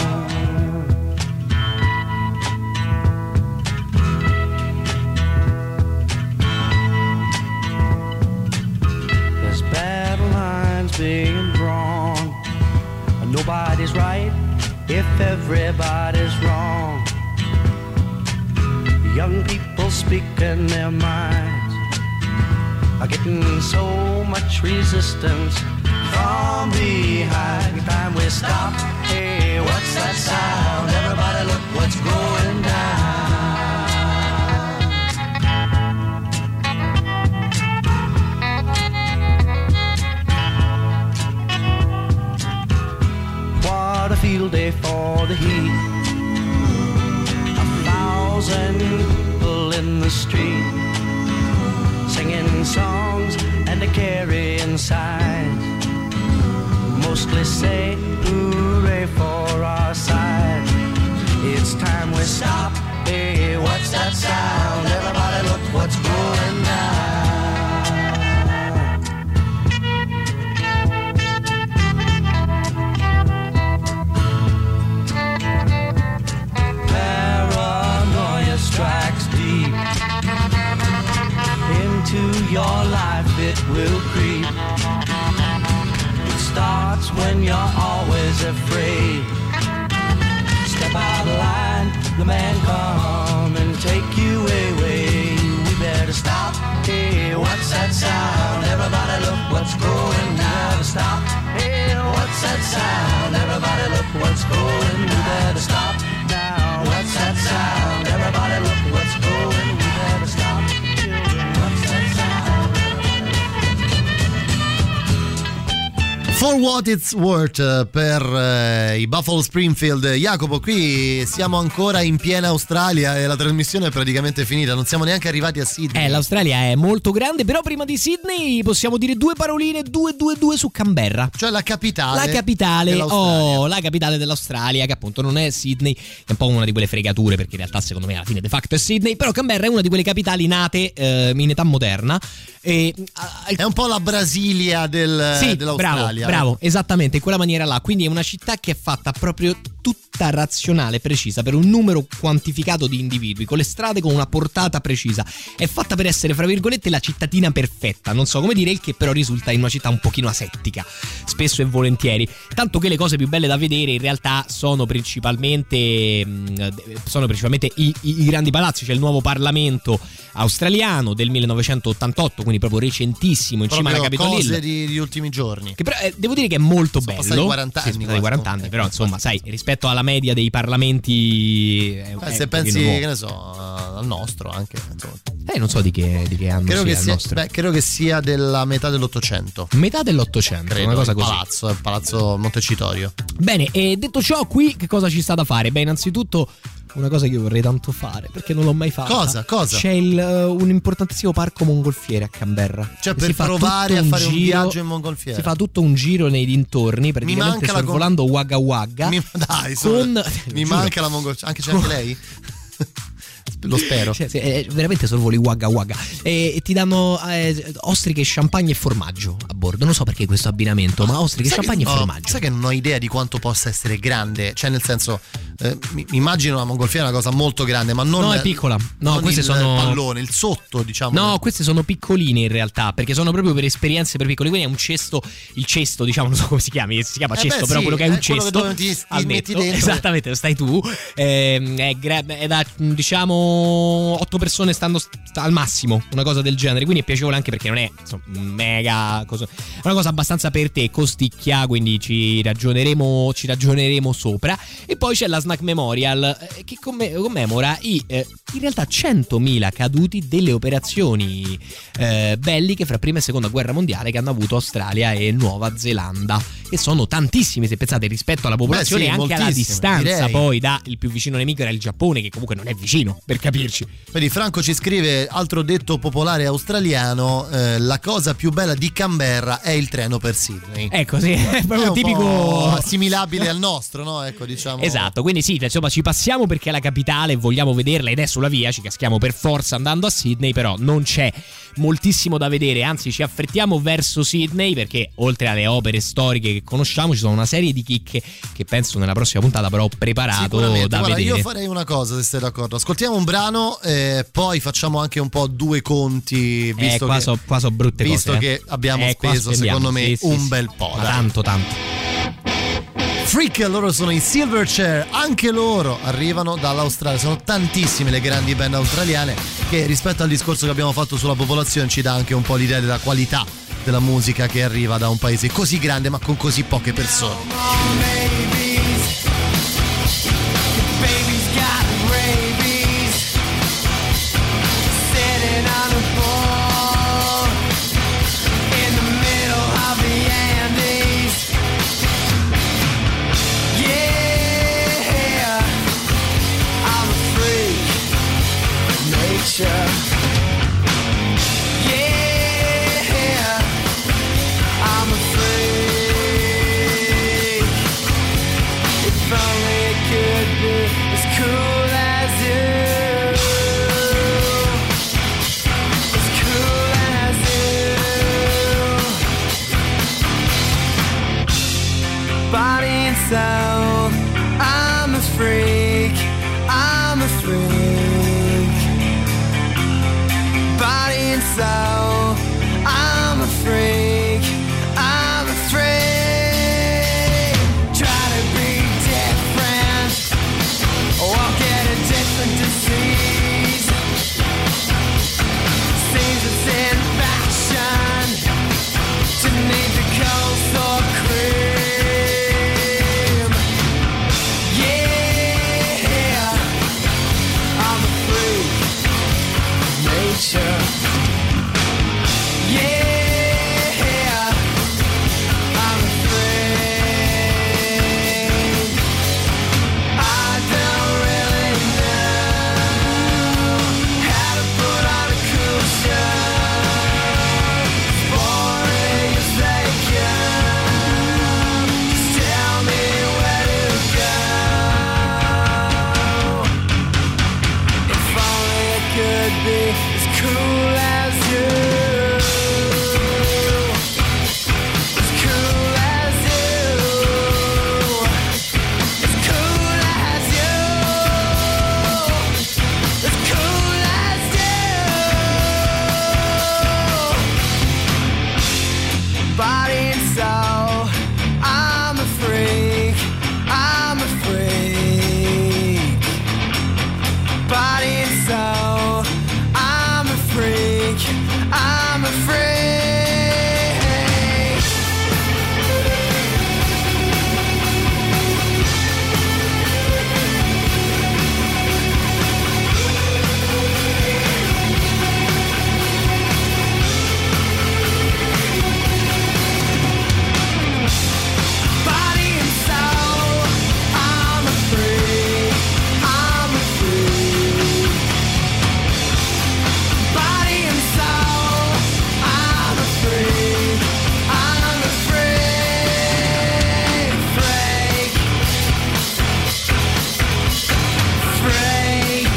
Being drawn, nobody's right if everybody's wrong. Young people people speaking their minds are getting so much resistance from behind. Time we stop. Hey, what's that sound? Everybody look what's going down. What a field day for the heat. 1,000 people in the street, singing songs and a carrying signs. Mostly say hooray for our side. It's time we stop. Hey, what's that sound? Everybody look what's going down. Paranoia strikes deep into your life, it will creep. It starts when you're always afraid. Step out of line, the man come and take you away. We better stop. Hey, what's that sound? Everybody look what's going down. Stop. Hey, what's that sound? Everybody look what's going. We better stop now. What's that sound? Everybody look what's going. We better stop. Children, what's that sound? For What It's Worth per i Buffalo Springfield. Jacopo, qui siamo ancora in piena Australia e la trasmissione è praticamente finita, non siamo neanche arrivati a Sydney. L'Australia è molto grande, però prima di Sydney possiamo dire due paroline, due su Canberra. Cioè la capitale la capitale dell'Australia, che appunto non è Sydney, è un po' una di quelle fregature, perché in realtà secondo me alla fine de facto è Sydney, però Canberra è una di quelle capitali nate in età moderna. È un po' la Brasilia dell'Australia. Bravo, esattamente, in quella maniera là. Quindi è una città che è fatta proprio tutta razionale, precisa, per un numero quantificato di individui, con le strade con una portata precisa. È fatta per essere, fra virgolette, la cittadina perfetta, non so come dire, il che però risulta in una città un pochino asettica, spesso e volentieri. Tanto che le cose più belle da vedere in realtà sono principalmente i grandi palazzi. C'è il nuovo Parlamento australiano del 1988, quindi proprio recentissimo, in cima alla Capitol Hill. Cose di ultimi giorni. Che però devo dire che è molto bello. Sono passati 40 anni, però insomma, sai, rispetto alla media dei parlamenti se pensi nuovo, che ne so, al nostro anche, insomma. Non so di che anno credo sia che il nostro. Credo che sia della metà dell'Ottocento. Metà dell'Ottocento, credo, una cosa così. Il palazzo Montecitorio. Bene, e detto ciò, qui che cosa ci sta da fare? Beh, innanzitutto una cosa che io vorrei tanto fare, perché non l'ho mai fatta. Cosa? C'è un importantissimo parco mongolfiere a Canberra. Cioè, per provare a fare un viaggio in mongolfiera. Si fa tutto un giro nei dintorni, praticamente sorvolando Wagga Wagga. Mi manca la mongolfiera. C'è anche lei? Lo spero. Veramente sorvoli Wagga Wagga. E ti danno ostriche, champagne e formaggio a bordo. Non so perché questo abbinamento, ma ostriche, champagne e formaggio. Sai che non ho idea di quanto possa essere grande? Cioè, nel senso, mi immagino la mongolfiera una cosa molto grande, ma non. No, è piccola. No, queste sono pallone, il sotto, diciamo. No, queste sono piccoline in realtà, perché sono proprio per esperienze per piccoli. Quindi è un cesto, il cesto, diciamo, non so come si chiama cesto, però quello che è un cesto. Quello che ti metti dentro. Esattamente, lo stai tu. È da, diciamo, 8 persone stando al massimo, una cosa del genere, quindi è piacevole anche perché non è mega cosa, è una cosa abbastanza per te, costicchia, quindi ci ragioneremo sopra. E poi c'è la Snack Memorial che commemora in realtà 100.000 caduti delle operazioni belliche fra prima e seconda guerra mondiale che hanno avuto Australia e Nuova Zelanda, e sono tantissimi se pensate rispetto alla popolazione e anche alla distanza, direi. Poi il più vicino nemico era il Giappone, che comunque non è vicino, per capirci. Vedi, Franco ci scrive, altro detto popolare australiano, la cosa più bella di Canberra è il treno per Sydney. Ecco, sì, è proprio tipico, assimilabile al nostro, no? Ecco, diciamo. Esatto, quindi sì, insomma, ci passiamo perché è la capitale e vogliamo vederla ed è sulla via, ci caschiamo per forza andando a Sydney, però non c'è moltissimo da vedere, anzi ci affrettiamo verso Sydney perché oltre alle opere storiche che conosciamo ci sono una serie di chicche che penso nella prossima puntata però ho preparato da vedere. Io farei una cosa, se stai d'accordo, ascoltiamo un brano, poi facciamo anche un po' due conti, visto qua so brutte visto cose, che abbiamo speso secondo me un bel po'. Tanto Freak, loro sono i Silverchair, anche loro arrivano dall'Australia. Sono tantissime le grandi band australiane, che rispetto al discorso che abbiamo fatto sulla popolazione ci dà anche un po' l'idea della qualità della musica che arriva da un paese così grande ma con così poche persone. Yeah, I'm a freak. If only it could be as cool as you. As cool as you. Body and soul, I'm a freak. I'm a freak. Body and soul, I'm a freak, I'm a freak. Try to be different, walk in a different disease. Seems it's in fashion to need the cold sore cream. Yeah, I'm a freak. Nature. Yeah, I'm afraid. I don't really know how to put on a cool show. As boring as they come, just tell me where to go. If only it could be cool as you. As cool as you. As cool as you. As cool as you. Body and soul, I'm a freak. I'm a freak. Body and soul, I'm a freak, I'm a freak. Body and soul, I'm a freak, I'm a freak. Body and soul, I'm a freak, I'm a freak, freak, freak,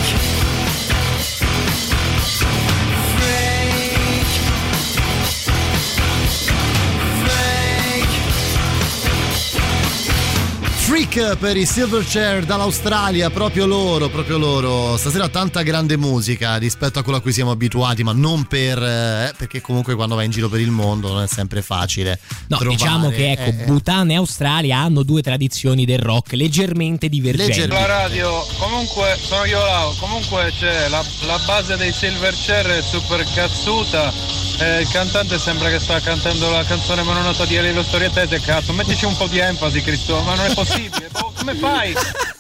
freak. Freak per i Silverchair dall'Australia, proprio loro. Stasera tanta grande musica rispetto a quella a cui siamo abituati, ma non perché comunque quando vai in giro per il mondo non è sempre facile. No, trovare, diciamo che ecco, Bhutan e Australia hanno due tradizioni del rock leggermente divergenti. La radio, comunque sono io là, comunque c'è la base dei Silverchair è super cazzuta. Il cantante sembra che sta cantando la canzone mononota di Elio Storiatese. Cazzo, mettici un po' di enfasi, Cristo, ma non è possibile. Come fai?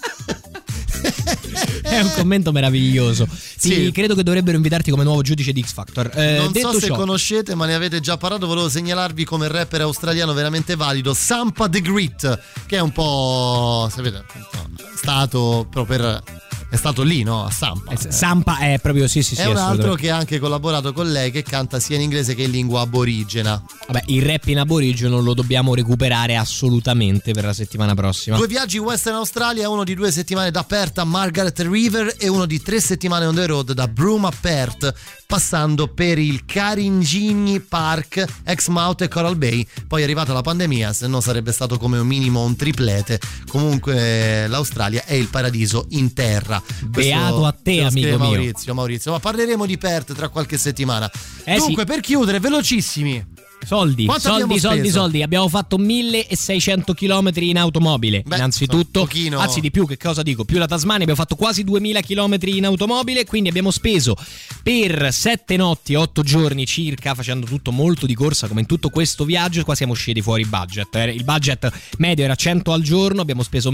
È un commento meraviglioso. Sì. Credo che dovrebbero invitarti come nuovo giudice di X Factor. Non detto so se ciò, conoscete, ma ne avete già parlato. Volevo segnalarvi come rapper australiano veramente valido, Sampa The Grit, che è un po', sapete, stato proprio è stato lì, no? A Sampa. Sampa è proprio sì. È un altro che ha anche collaborato con lei, che canta sia in inglese che in lingua aborigena. Vabbè, il rap in aborigeno lo dobbiamo recuperare assolutamente per la settimana prossima. 2 viaggi in Western Australia, uno di 2 settimane da Perth a Margaret River e uno di 3 settimane on the road da Broome a Perth, passando per il Karinjini Park, Exmouth e Coral Bay. Poi è arrivata la pandemia, se no sarebbe stato come un minimo un triplete. Comunque l'Australia è il paradiso in terra. Beato a te, amico Maurizio, ma parleremo di Perth tra qualche settimana. Dunque, per chiudere, velocissimi, Soldi. Abbiamo fatto 1600 km in automobile. Innanzitutto, anzi di più, che cosa dico? Più la Tasmania, abbiamo fatto quasi 2000 km in automobile, quindi abbiamo speso per 7 notti, 8 giorni circa, facendo tutto molto di corsa come in tutto questo viaggio. Qua siamo usciti fuori budget. Il budget medio era 100 al giorno, abbiamo speso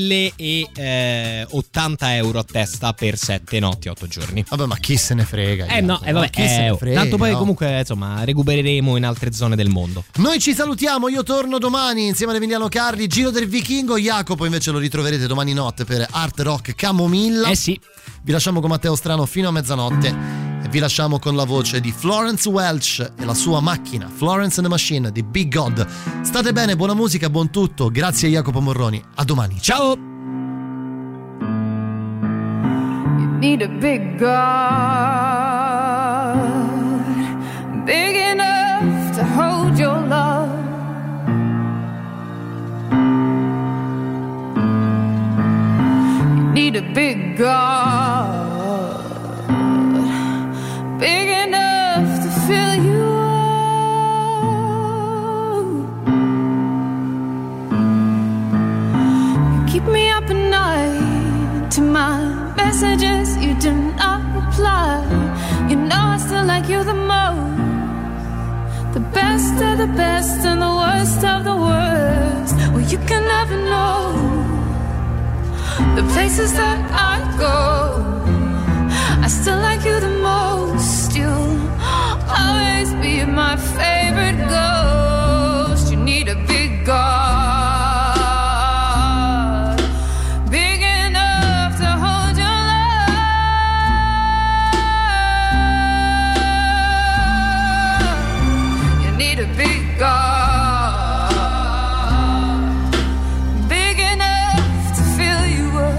1080 euro a testa per 7 notti, 8 giorni. Vabbè, ma chi se ne frega? Tanto poi comunque insomma recupereremo in altre zone del mondo. Noi ci salutiamo, io torno domani insieme ad Emiliano Carli, Giro del Vichingo. Jacopo invece lo ritroverete domani notte per Art Rock Camomilla. Sì. Vi lasciamo con Matteo Strano fino a mezzanotte e vi lasciamo con la voce di Florence Welch e la sua macchina Florence and the Machine di Big God. State bene, buona musica, buon tutto. Grazie a Jacopo Morroni, a domani. Ciao. You need a big God, big enough to hold your love. You need a big God, big enough to fill you up. You keep me up at night to my messages, you do not reply. You know I still like you the most, the best of the best and the worst of the worst. Well, you can never know the places that I go. I still like you the most. You'll always be my favorite ghost. You need a big God, big enough to hold your love. You need a big God, big enough to fill you up.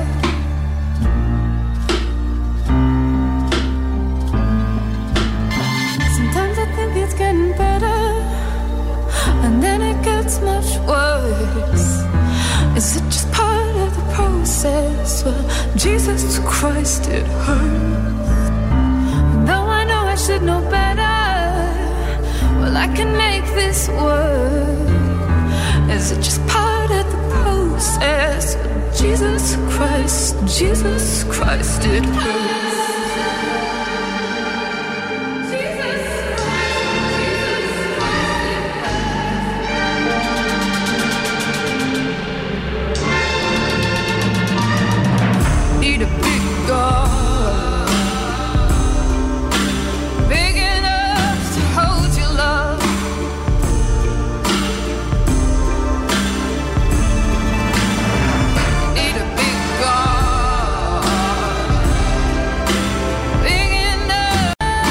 Sometimes I think it's getting better, and then it gets much worse. Is it just part of the process? Well, Jesus Christ, it hurts. Though I know I should know better, well, I can make this work. Is it just part of the process? Well, Jesus Christ, it hurts. Need a big God, big enough to hold your love. Need a big God, big enough.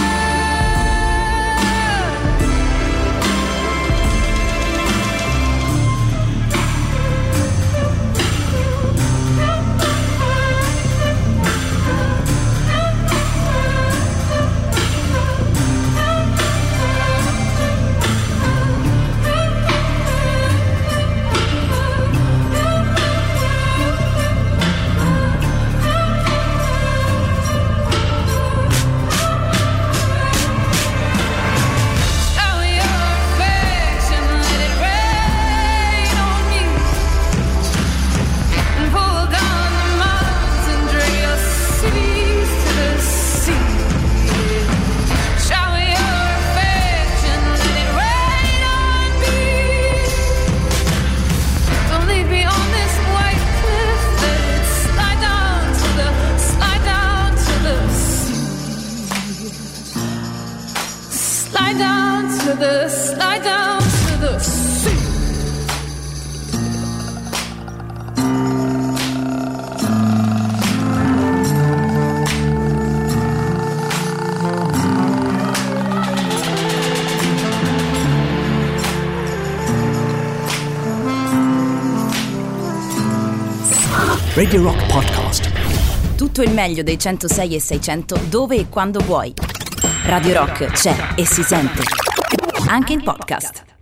Shower your affection, let it rain on me, and pull down the mountains and drag your cities to the sea. Shower your affection, let it rain on me. Don't leave me on this white cliff, let it slide down to the sea. Slide down to the sea. Radio Rock Podcast. Tutto il meglio dei 106 e 600 dove e quando vuoi. Radio Rock c'è e si sente. Anche in podcast.